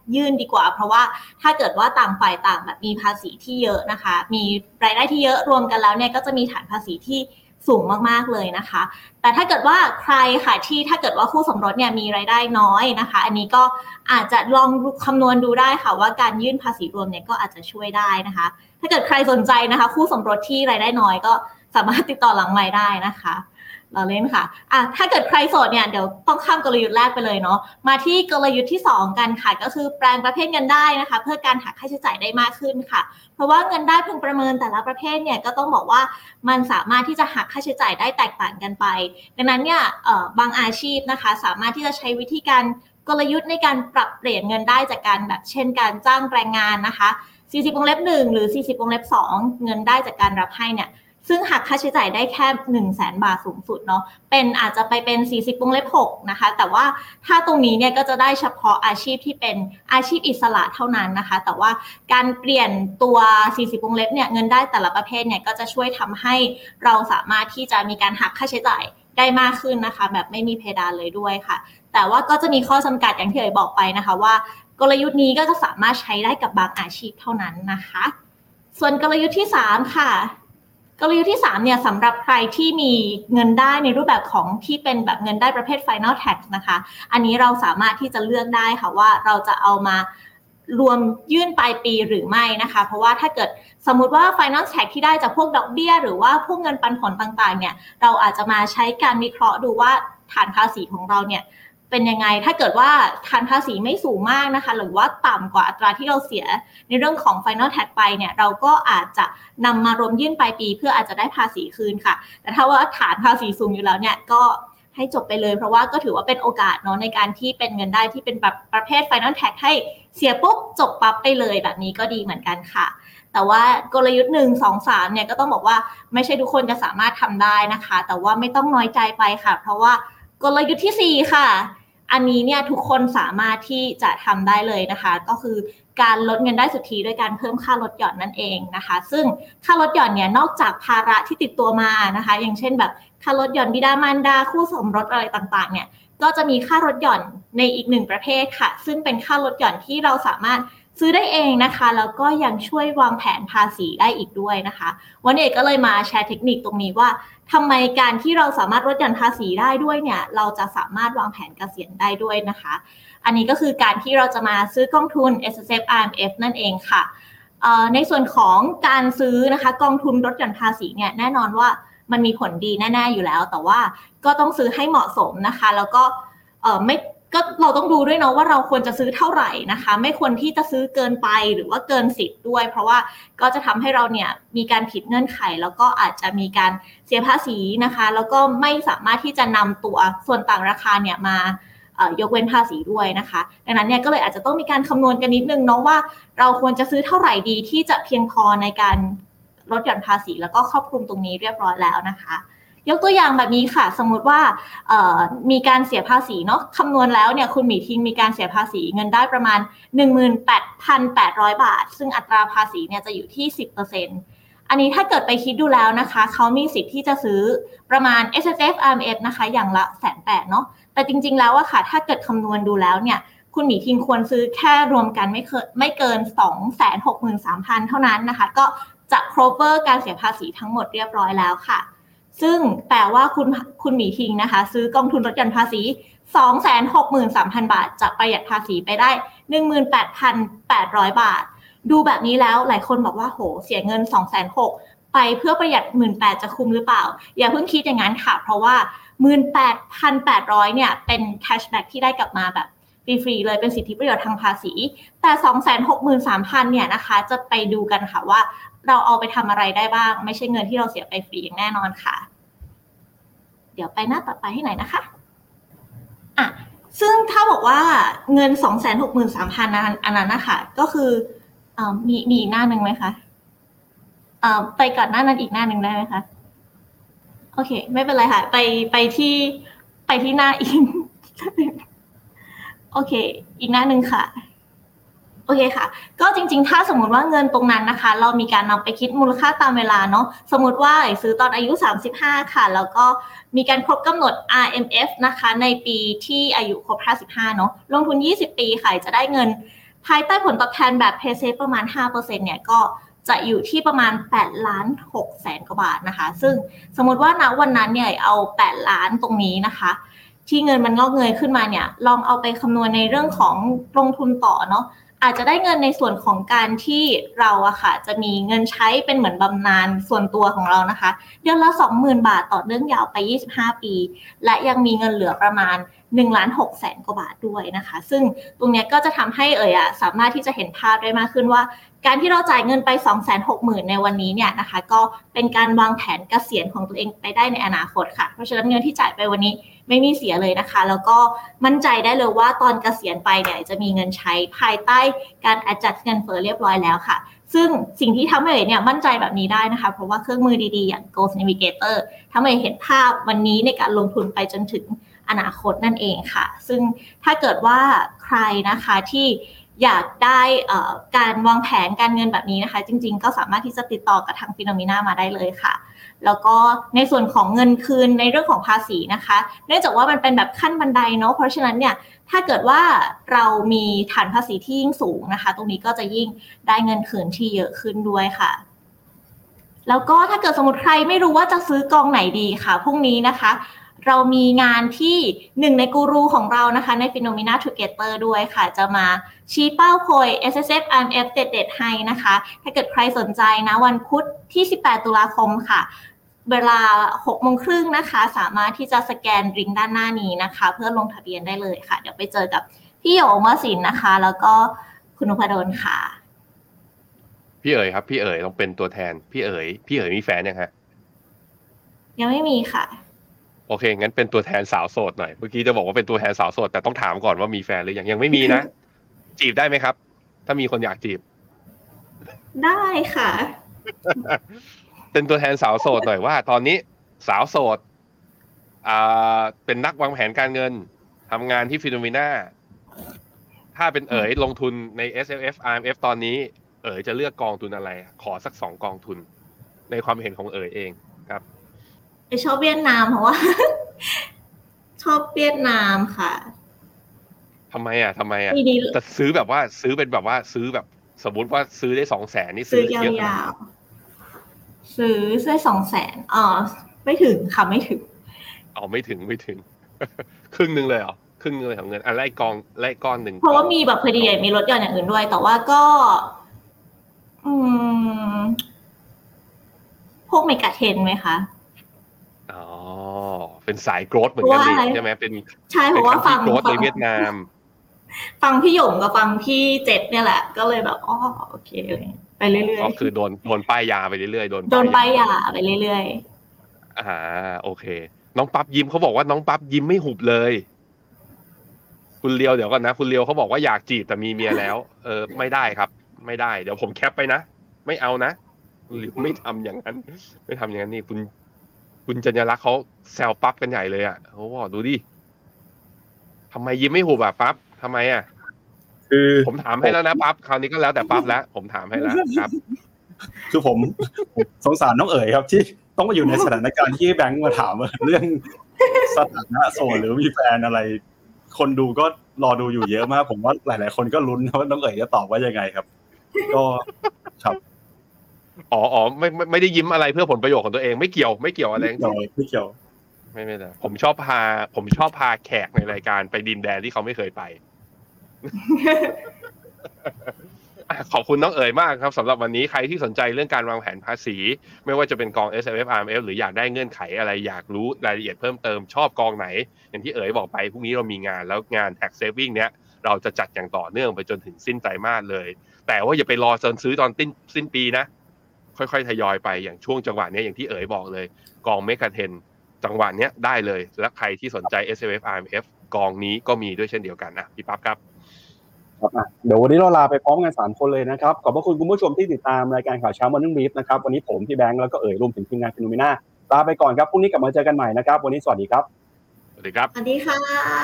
ยื่นดีกว่าเพราะว่าถ้าเกิดว่าต่างฝ่ายต่างแบบมีภาษีที่เยอะนะคะมีรายได้ที่เยอะรวมกันแล้วเนี่ยก็จะมีฐานภาษีที่สูงมากๆเลยนะคะแต่ถ้าเกิดว่าใครค่ะที่ถ้าเกิดว่าคู่สมรสเนี่ยมีรายได้น้อยนะคะอันนี้ก็อาจจะลองคำนวณดูได้ค่ะว่าการยื่นภาษีรวมเนี่ยก็อาจจะช่วยได้นะคะถ้าเกิดใครสนใจนะคะคู่สมรสที่รายได้น้อยก็สามารถติดต่อหลังไมค์ได้นะคะเราเล่นค่ะอ่ะถ้าเกิดใครโสดเนี่ยเดี๋ยวต้องข้ามกลยุทธ์แรกไปเลยเนาะมาที่กลยุทธ์ที่สองกันค่ะก็คือแปลงประเภทเงินได้นะคะเพื่อการหักค่าใช้จ่ายได้มากขึ้นค่ะเพราะว่าเงินได้พึงประเมินแต่ละประเภทเนี่ยก็ต้องบอกว่ามันสามารถที่จะหักค่าใช้จ่ายได้แตกต่างกันไปดังนั้นเนี่ยเอ่อบางอาชีพนะคะสามารถที่จะใช้วิธีการกลยุทธ์ในการปรับเปลี่ยนเงินได้จากการแบบเช่นการจ้างแรงงานนะคะสี่สิบวงเล็บหนึ่งหรือสี่สิบวงเล็บสองเงินได้จากการรับให้เนี่ยซึ่งหักค่าใช้จ่ายได้แค่ หนึ่งแสน บาทสูงสุดเนาะเป็นอาจจะไปเป็นสี่สิบวงเล็บหกนะคะแต่ว่าถ้าตรงนี้เนี่ยก็จะได้เฉพาะอาชีพที่เป็นอาชีพอิสระเท่านั้นนะคะแต่ว่าการเปลี่ยนตัวสี่สิบวงเล็บเนี่ยเงินได้แต่ละประเภทเนี่ยก็จะช่วยทำให้เราสามารถที่จะมีการหักค่าใช้จ่ายได้มากขึ้นนะคะแบบไม่มีเพดานเลยด้วยค่ะแต่ว่าก็จะมีข้อจำกัดอย่างที่เอ๋ยบอกไปนะคะว่ากลยุทธ์นี้ก็จะสามารถใช้ได้กับบางอาชีพเท่านั้นนะคะส่วนกลยุทธ์ที่สามค่ะกลยุทธ์ที่สามเนี่ยสำหรับใครที่มีเงินได้ในรูปแบบของที่เป็นแบบเงินได้ประเภท Final Tax นะคะอันนี้เราสามารถที่จะเลือกได้ค่ะว่าเราจะเอามารวมยื่นปลายปีหรือไม่นะคะเพราะว่าถ้าเกิดสมมุติว่า Final Tax ที่ได้จากพวกดอกเบี้ยหรือว่าพวกเงินปันผลต่างๆเนี่ยเราอาจจะมาใช้การวิเคราะห์ดูว่าฐานภาษีของเราเนี่ยเป็นยังไงถ้าเกิดว่าฐานภาษีไม่สูงมากนะคะหรือว่าต่ำกว่าอัตราที่เราเสียในเรื่องของ Final Tax ไปเนี่ยเราก็อาจจะนำมารวมยื่นปลายปีเพื่ออาจจะได้ภาษีคืนค่ะแต่ถ้าว่าฐานภาษีสูงอยู่แล้วเนี่ยก็ให้จบไปเลยเพราะว่าก็ถือว่าเป็นโอกาสเนาะในการที่เป็นเงินได้ที่เป็นแบบประเภท Final Tax ให้เสียปุ๊บจบปั๊บไปเลยแบบนี้ก็ดีเหมือนกันค่ะแต่ว่ากลยุทธ์หนึ่ง สอง สามเนี่ยก็ต้องบอกว่าไม่ใช่ทุกคนจะสามารถทำได้นะคะแต่ว่าไม่ต้องน้อยใจไปค่ะเพราะว่ากลยุทธ์ที่สี่ค่ะอันนี้เนี่ยทุกคนสามารถที่จะทำได้เลยนะคะก็คือการลดเงินได้สุทธิด้วยการเพิ่มค่าลดหย่อนนั่นเองนะคะซึ่งค่าลดหย่อนเนี่ยนอกจากภาระที่ติดตัวมานะคะอย่างเช่นแบบค่าลดหย่อนบิดามารดาคู่สมรสอะไรต่างๆเนี่ยก็จะมีค่าลดหย่อนในอีกหนึ่งประเภทค่ะซึ่งเป็นค่าลดหย่อนที่เราสามารถซื้อได้เองนะคะแล้วก็ยังช่วยวางแผนภาษีได้อีกด้วยนะคะวันนี้ก็เลยมาแชร์เทคนิคตรงนี้ว่าทำไมการที่เราสามารถลดหย่อนภาษีได้ด้วยเนี่ยเราจะสามารถวางแผนเกษียณได้ด้วยนะคะอันนี้ก็คือการที่เราจะมาซื้อกองทุน เอส เอส เอฟ อาร์ เอ็ม เอฟ นั่นเองค่ะในส่วนของการซื้อนะคะกองทุนลดหย่อนภาษีเนี่ยแน่นอนว่ามันมีผลดีแน่ๆอยู่แล้วแต่ว่าก็ต้องซื้อให้เหมาะสมนะคะแล้วก็ไม่ก็เราต้องดูด้วยเนาะว่าเราควรจะซื้อเท่าไหร่นะคะไม่ควรที่จะซื้อเกินไปหรือว่าเกินสิบด้วยเพราะว่าก็จะทำให้เราเนี่ยมีการผิดเงื่อนไขแล้วก็อาจจะมีการเสียภาษีนะคะแล้วก็ไม่สามารถที่จะนำตัวส่วนต่างราคาเนี่ยมายกเว้นภาษีด้วยนะคะดังนั้นเนี่ยก็เลยอาจจะต้องมีการคำนวณกันนิดนึงเนาะว่าเราควรจะซื้อเท่าไหร่ดีที่จะเพียงพอในการลดหย่อนภาษีแล้วก็ครอบคลุมตรงนี้เรียบร้อยแล้วนะคะยกตัวอย่างแบบนี้ค่ะสมมุติว่ามีการเสียภาษีเนาะคำนวณแล้วเนี่ยคุณหมีทิงมีการเสียภาษีเงินได้ประมาณ หนึ่งหมื่นแปดพันแปดร้อย บาทซึ่งอัตราภาษีเนี่ยจะอยู่ที่ สิบเปอร์เซ็นต์ อันนี้ถ้าเกิดไปคิดดูแล้วนะคะเขามีสิทธิ์ที่จะซื้อประมาณ เอส เอส เอฟ อาร์ เอ็ม เอฟ นะคะอย่างละ หนึ่งแสนแปดหมื่น เนาะแต่จริงๆแล้วอะค่ะถ้าเกิดคำนวณดูแล้วเนี่ยคุณหมีทิงควรซื้อแค่รวมกันไม่เกินไม่เกิน สองแสนหกหมื่นสามพัน เท่านั้นนะคะก็จะ cover การเสียภาษีทั้งหมดเรียบร้อยแล้วค่ะซึ่งแปลว่าคุณคุณหมีทิงนะคะซื้อกองทุนลดหย่อนภาษี สองแสนหกหมื่นสามพัน บาทจะประหยัดภาษีไปได้ หนึ่งหมื่นแปดพันแปดร้อย บาทดูแบบนี้แล้วหลายคนบอกว่าโหเสียเงิน สองแสนหกหมื่น ไปเพื่อประหยัด หนึ่งหมื่นแปดพัน จะคุ้มหรือเปล่าอย่าเพิ่งคิดอย่างนั้นค่ะเพราะว่า หนึ่งหมื่นแปดพันแปดร้อย เนี่ยเป็นแคชแบ็กที่ได้กลับมาแบบฟรีๆเลยเป็นสิทธิประโยชน์ทางภาษีแต่ สองแสนหกหมื่นสามพัน เนี่ยนะคะจะไปดูกันค่ะว่าเราเอาไปทำอะไรได้บ้างไม่ใช่เงินที่เราเสียไปฟรีอย่างแน่นอนค่ะเดี๋ยวไปหน้าต่อไปให้หน่อยนะคะอ่ะซึ่งถ้าบอกว่าเงิน สองแสนหกหมื่นสามพัน นั้นอันนั้นนะคะก็คือเอ่อมีมีอีกหน้านึงไหมคะเอ่อไปก่อนหน้านั้นอีกหน้านึงได้ไหมคะโอเคไม่เป็นไรค่ะไปไปที่ไปที่หน้าอีกโอเคอีกหน้านึงค่ะโอเคค่ะก็จริงๆถ้าสมมุติว่าเงินตรงนั้นนะคะเรามีการนำไปคิดมูลค่าตามเวลาเนาะสมมุติว่าซื้อตอนอายุสามสิบห้าค่ะแล้วก็มีการครบกำหนด อาร์ เอ็ม เอฟ นะคะในปีที่อายุครบห้าสิบห้าเนาะลงทุนยี่สิบปีค่ะจะได้เงินภายใต้ผลตอบแทนแบบ Pay Safe ประมาณ ห้าเปอร์เซ็นต์ เนี่ยก็จะอยู่ที่ประมาณแปดล้านหกแสนกว่าบาทนะคะซึ่งสมมติว่าณวันนั้นเนี่ยเอาแปดล้านตรงนี้นะคะที่เงินมันงอกเงยขึ้นมาเนี่ยลองเอาไปคำนวณในเรื่องของลงทุนต่อเนาะอาจจะได้เงินในส่วนของการที่เราอะค่ะจะมีเงินใช้เป็นเหมือนบำนาญส่วนตัวของเรานะคะเดือนละ สองหมื่น บาทต่อเนื่องยาวไปยี่สิบห้าปีและยังมีเงินเหลือประมาณหนึ่งล้านหกแสนกว่าบาทด้วยนะคะซึ่งตรงนี้ก็จะทำให้เอ่ยอะสามารถที่จะเห็นภาพได้มากขึ้นว่าการที่เราจ่ายเงินไป สองแสนหกหมื่น ในวันนี้เนี่ยนะคะก็เป็นการวางแผนเกษียณของตัวเองไปได้ในอนาคตค่ะเพราะฉะนั้นเงินที่จ่ายไปวันนี้ไม่มีเสียเลยนะคะแล้วก็มั่นใจได้เลยว่าตอนเกษียณไปเนี่ยจะมีเงินใช้ภายใต้การ adjust เงินเฟ้อเรียบร้อยแล้วค่ะซึ่งสิ่งที่ทำให้เอ๋เนี่ยมั่นใจแบบนี้ได้นะคะเพราะว่าเครื่องมือดีๆอย่าง Goals Navigator ทำให้เห็นภาพวันนี้ในการลงทุนไปจนถึงอนาคตนั่นเองค่ะซึ่งถ้าเกิดว่าใครนะคะที่อยากได้การวางแผนการเงินแบบนี้นะคะจริงๆก็สามารถที่จะติดต่อกับทาง Phenomena มาได้เลยค่ะแล้วก็ในส่วนของเงินคืนในเรื่องของภาษีนะคะเนื่องจากว่ามันเป็นแบบขั้นบันไดเนาะเพราะฉะนั้นเนี่ยถ้าเกิดว่าเรามีฐานภาษีที่ยิ่งสูงนะคะตรงนี้ก็จะยิ่งได้เงินคืนที่เยอะขึ้นด้วยค่ะแล้วก็ถ้าเกิดสมมติใครไม่รู้ว่าจะซื้อกองไหนดีค่ะพรุ่งนี้นะคะเรามีงานที่หนึ่งในกูรูของเรานะคะใน Phenomena Together ด้วยค่ะจะมาชี้เป้าโพย เอส เอส เอฟ อาร์ เอ็ม เอฟ เด็ดๆให้นะคะถ้าเกิดใครสนใจนะวันพุธที่สิบแปดตุลาคมค่ะเวลา หกโมงครึ่งนะคะสามารถที่จะสแกนลิงก์ด้านหน้านี้นะคะเพื่อลงทะเบียนได้เลยค่ะเดี๋ยวไปเจอกับพี่โยมวสินนะคะแล้วก็คุณนพดลค่ะพี่เอ๋ยครับพี่เอ๋ยต้องเป็นตัวแทนพี่เอ๋ยพี่เอ๋ยมีแฟนยังฮะยังไม่มีค่ะโอเคงั้นเป็นตัวแทนสาวโสดหน่อยเมื่อกี้จะบอกว่าเป็นตัวแทนสาวโสดแต่ต้องถามก่อนว่ามีแฟนหรือยังยังไม่มีนะจีบได้ไหมครับถ้ามีคนอยากจีบได้ค่ะเป็นตัวแทนสาวโสดหน่อยว่าตอนนี้สาวโสดอ่าเป็นนักวางแผนการเงินทำงานที่ Phenomena ถ้าเป็นเอ๋ยลงทุนใน เอส เอฟ อาร์ เอ็ม เอฟ ตอนนี้เอ๋ยจะเลือกกองทุนอะไรขอสักสองกองทุนในความเห็นของเอ๋ยเองครับชอบเวียดนามเพราะว่าชอบเวียดนามค่ะทำไมอ่ะทำไมอ่ะแต่ซื้อแบบว่าซื้อเป็นแบบว่าซื้อแบบสมมติว่าซื้อได้สองแสนนี่ซื้อเยอะๆซื้อได้สองแสนอ๋อไม่ถึงค่ะไม่ถึงอ๋อไม่ถึงไม่ถึงครึ่งนึงเลยเหรอครึ่งนึงเลยของเงินอะไรกองไล่ก้อนหนึ่งเพราะว่ามีแบบพอดีมีลดหย่อนอย่างอื่นด้วยแต่ว่าก็อืมพวกเมกะเทรนด์ไหมคะอ๋อเป็นสายโกรธเหมือนกันเลยใช่ไหมเป็นใช่เพราะว่าฟังโกรธในเวียดนามฟังพี่หยงกับฟังพี่เจ็ดเนี่ยแหละก็เลยแบบอ๋อโอเคไปเรื่อยๆก็คือโดนโดนป้ายยาไปเรื่อยๆโดนโดนป้ายยาไปเรื่อยๆอ่าโอเคน้องปั๊บยิ้มเขาบอกว่าน้องปั๊บยิ้มไม่หุบเลยคุณเลียวเดี๋ยวก่อนนะคุณเลียวเขาบอกว่าอยากจีบแต่มีเมียแล้วเออไม่ได้ครับไม่ได้เดี๋ยวผมแคปไปนะไม่เอานะหรือไม่ทำอย่างนั้นไม่ทำอย่างนั้นนี่คุณคุณจัญญลักษณ์เขาแซวปั๊บกันใหญ่เลยอ่ะโอ้โหดูดิทำไมยิ้มไม่หุบอ่ะปั๊บทำไมอ่ะคือผมถามให้แล้วนะปั๊บคราวนี้ก็แล้วแต่ปั๊บแล้วผมถามให้แล้วครับคือผมสงสารน้องเอ๋ยครับที่ต้องมาอยู่ในสถานการณ์ที่แบงค์มาถามเรื่องสถานะโสดหรือมีแฟนอะไรคนดูก็รอดูอยู่เยอะมากผมว่าหลายๆคนก็ลุ้นว่าน้องเอ๋ยจะตอบว่ายังไงครับก็ครับอ๋ออ๋อไม่ไม่ไม่ได้ยิ้มอะไรเพื่อผลประโยชน์ของตัวเองไม่เกี่ยวไม่เกี่ยวอะไรไม่เกี่ยวไม่เกี่ยวไม่ไม่เลยผมชอบพาผมชอบพาแขกในรายการไปดินแดนที่เขาไม่เคยไป ขอบคุณน้องเอ๋ยมากครับสำหรับวันนี้ใครที่สนใจเรื่องการวางแผนภาษีไม่ว่าจะเป็นกอง เอส เอฟ อาร์ เอ็ม เอฟ หรืออยากได้เงื่อนไขอะไรอยากรู้รายละเอียดเพิ่มเติมชอบกองไหนอย่างที่เอ๋ยบอกไปพรุ่งนี้เรามีงานแล้วงาน tax saving เนี้ยเราจะจัดอย่างต่อเนื่องไปจนถึงสิ้นไตรมาสเลยแต่ว่าอย่าไปรอจนซื้อตอนสิ้นสิ้นปีนะค่อยๆทยอยไปอย่างช่วงจังหวะนี้อย่างที่เอ๋ยบอกเลยกองเมกะเทรนด์จังหวะนี้ได้เลยและใครที่สนใจ เอส เอฟ อาร์ เอ็ม เอฟ กองนี้ก็มีด้วยเช่นเดียวกันนะพี่ปั๊บครับครับเดี๋ยววันนี้เราลาไปพร้อมกันสามคนเลยนะครับขอบพระคุณคุณผู้ชมที่ติดตามรายการข่าวเช้า Morning Brief นะครับวันนี้ผมพี่แบงค์แล้วก็เอ๋ยรวมถึงทีมงาน Phenomena ลาไปก่อนครับพรุ่งนี้กลับมาเจอกันใหม่นะครับวันนี้สวัสดีครับสวัสดีครับสวัสดีค่ะ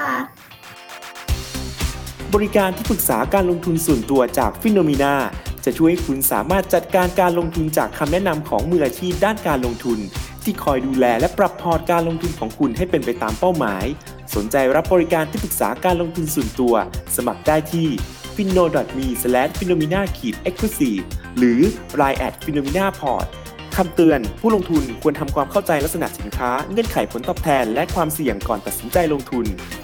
บริการที่ปรึกษาการลงทุนส่วนตัวจาก Phenomena จะช่วยให้คุณสามารถจัดการการลงทุนจากคำแนะนำของมืออาชีพด้านการลงทุนที่คอยดูแลและปรับพอร์ตการลงทุนของคุณให้เป็นไปตามเป้าหมายสนใจรับบริการที่ปรึกษาการลงทุนส่วนตัวสมัครได้ที่ฟินโน ดอท มี สแลช ฟิโนมีนา เอ็กซ์คลูซีฟ หรือ ไลน์ แอท ฟิโนมีนา พอร์ต คำเตือนผู้ลงทุนควรทำความเข้าใจลักษณะสินค้าเงื่อนไขผลตอบแทนและความเสี่ยงก่อนตัดสินใจลงทุน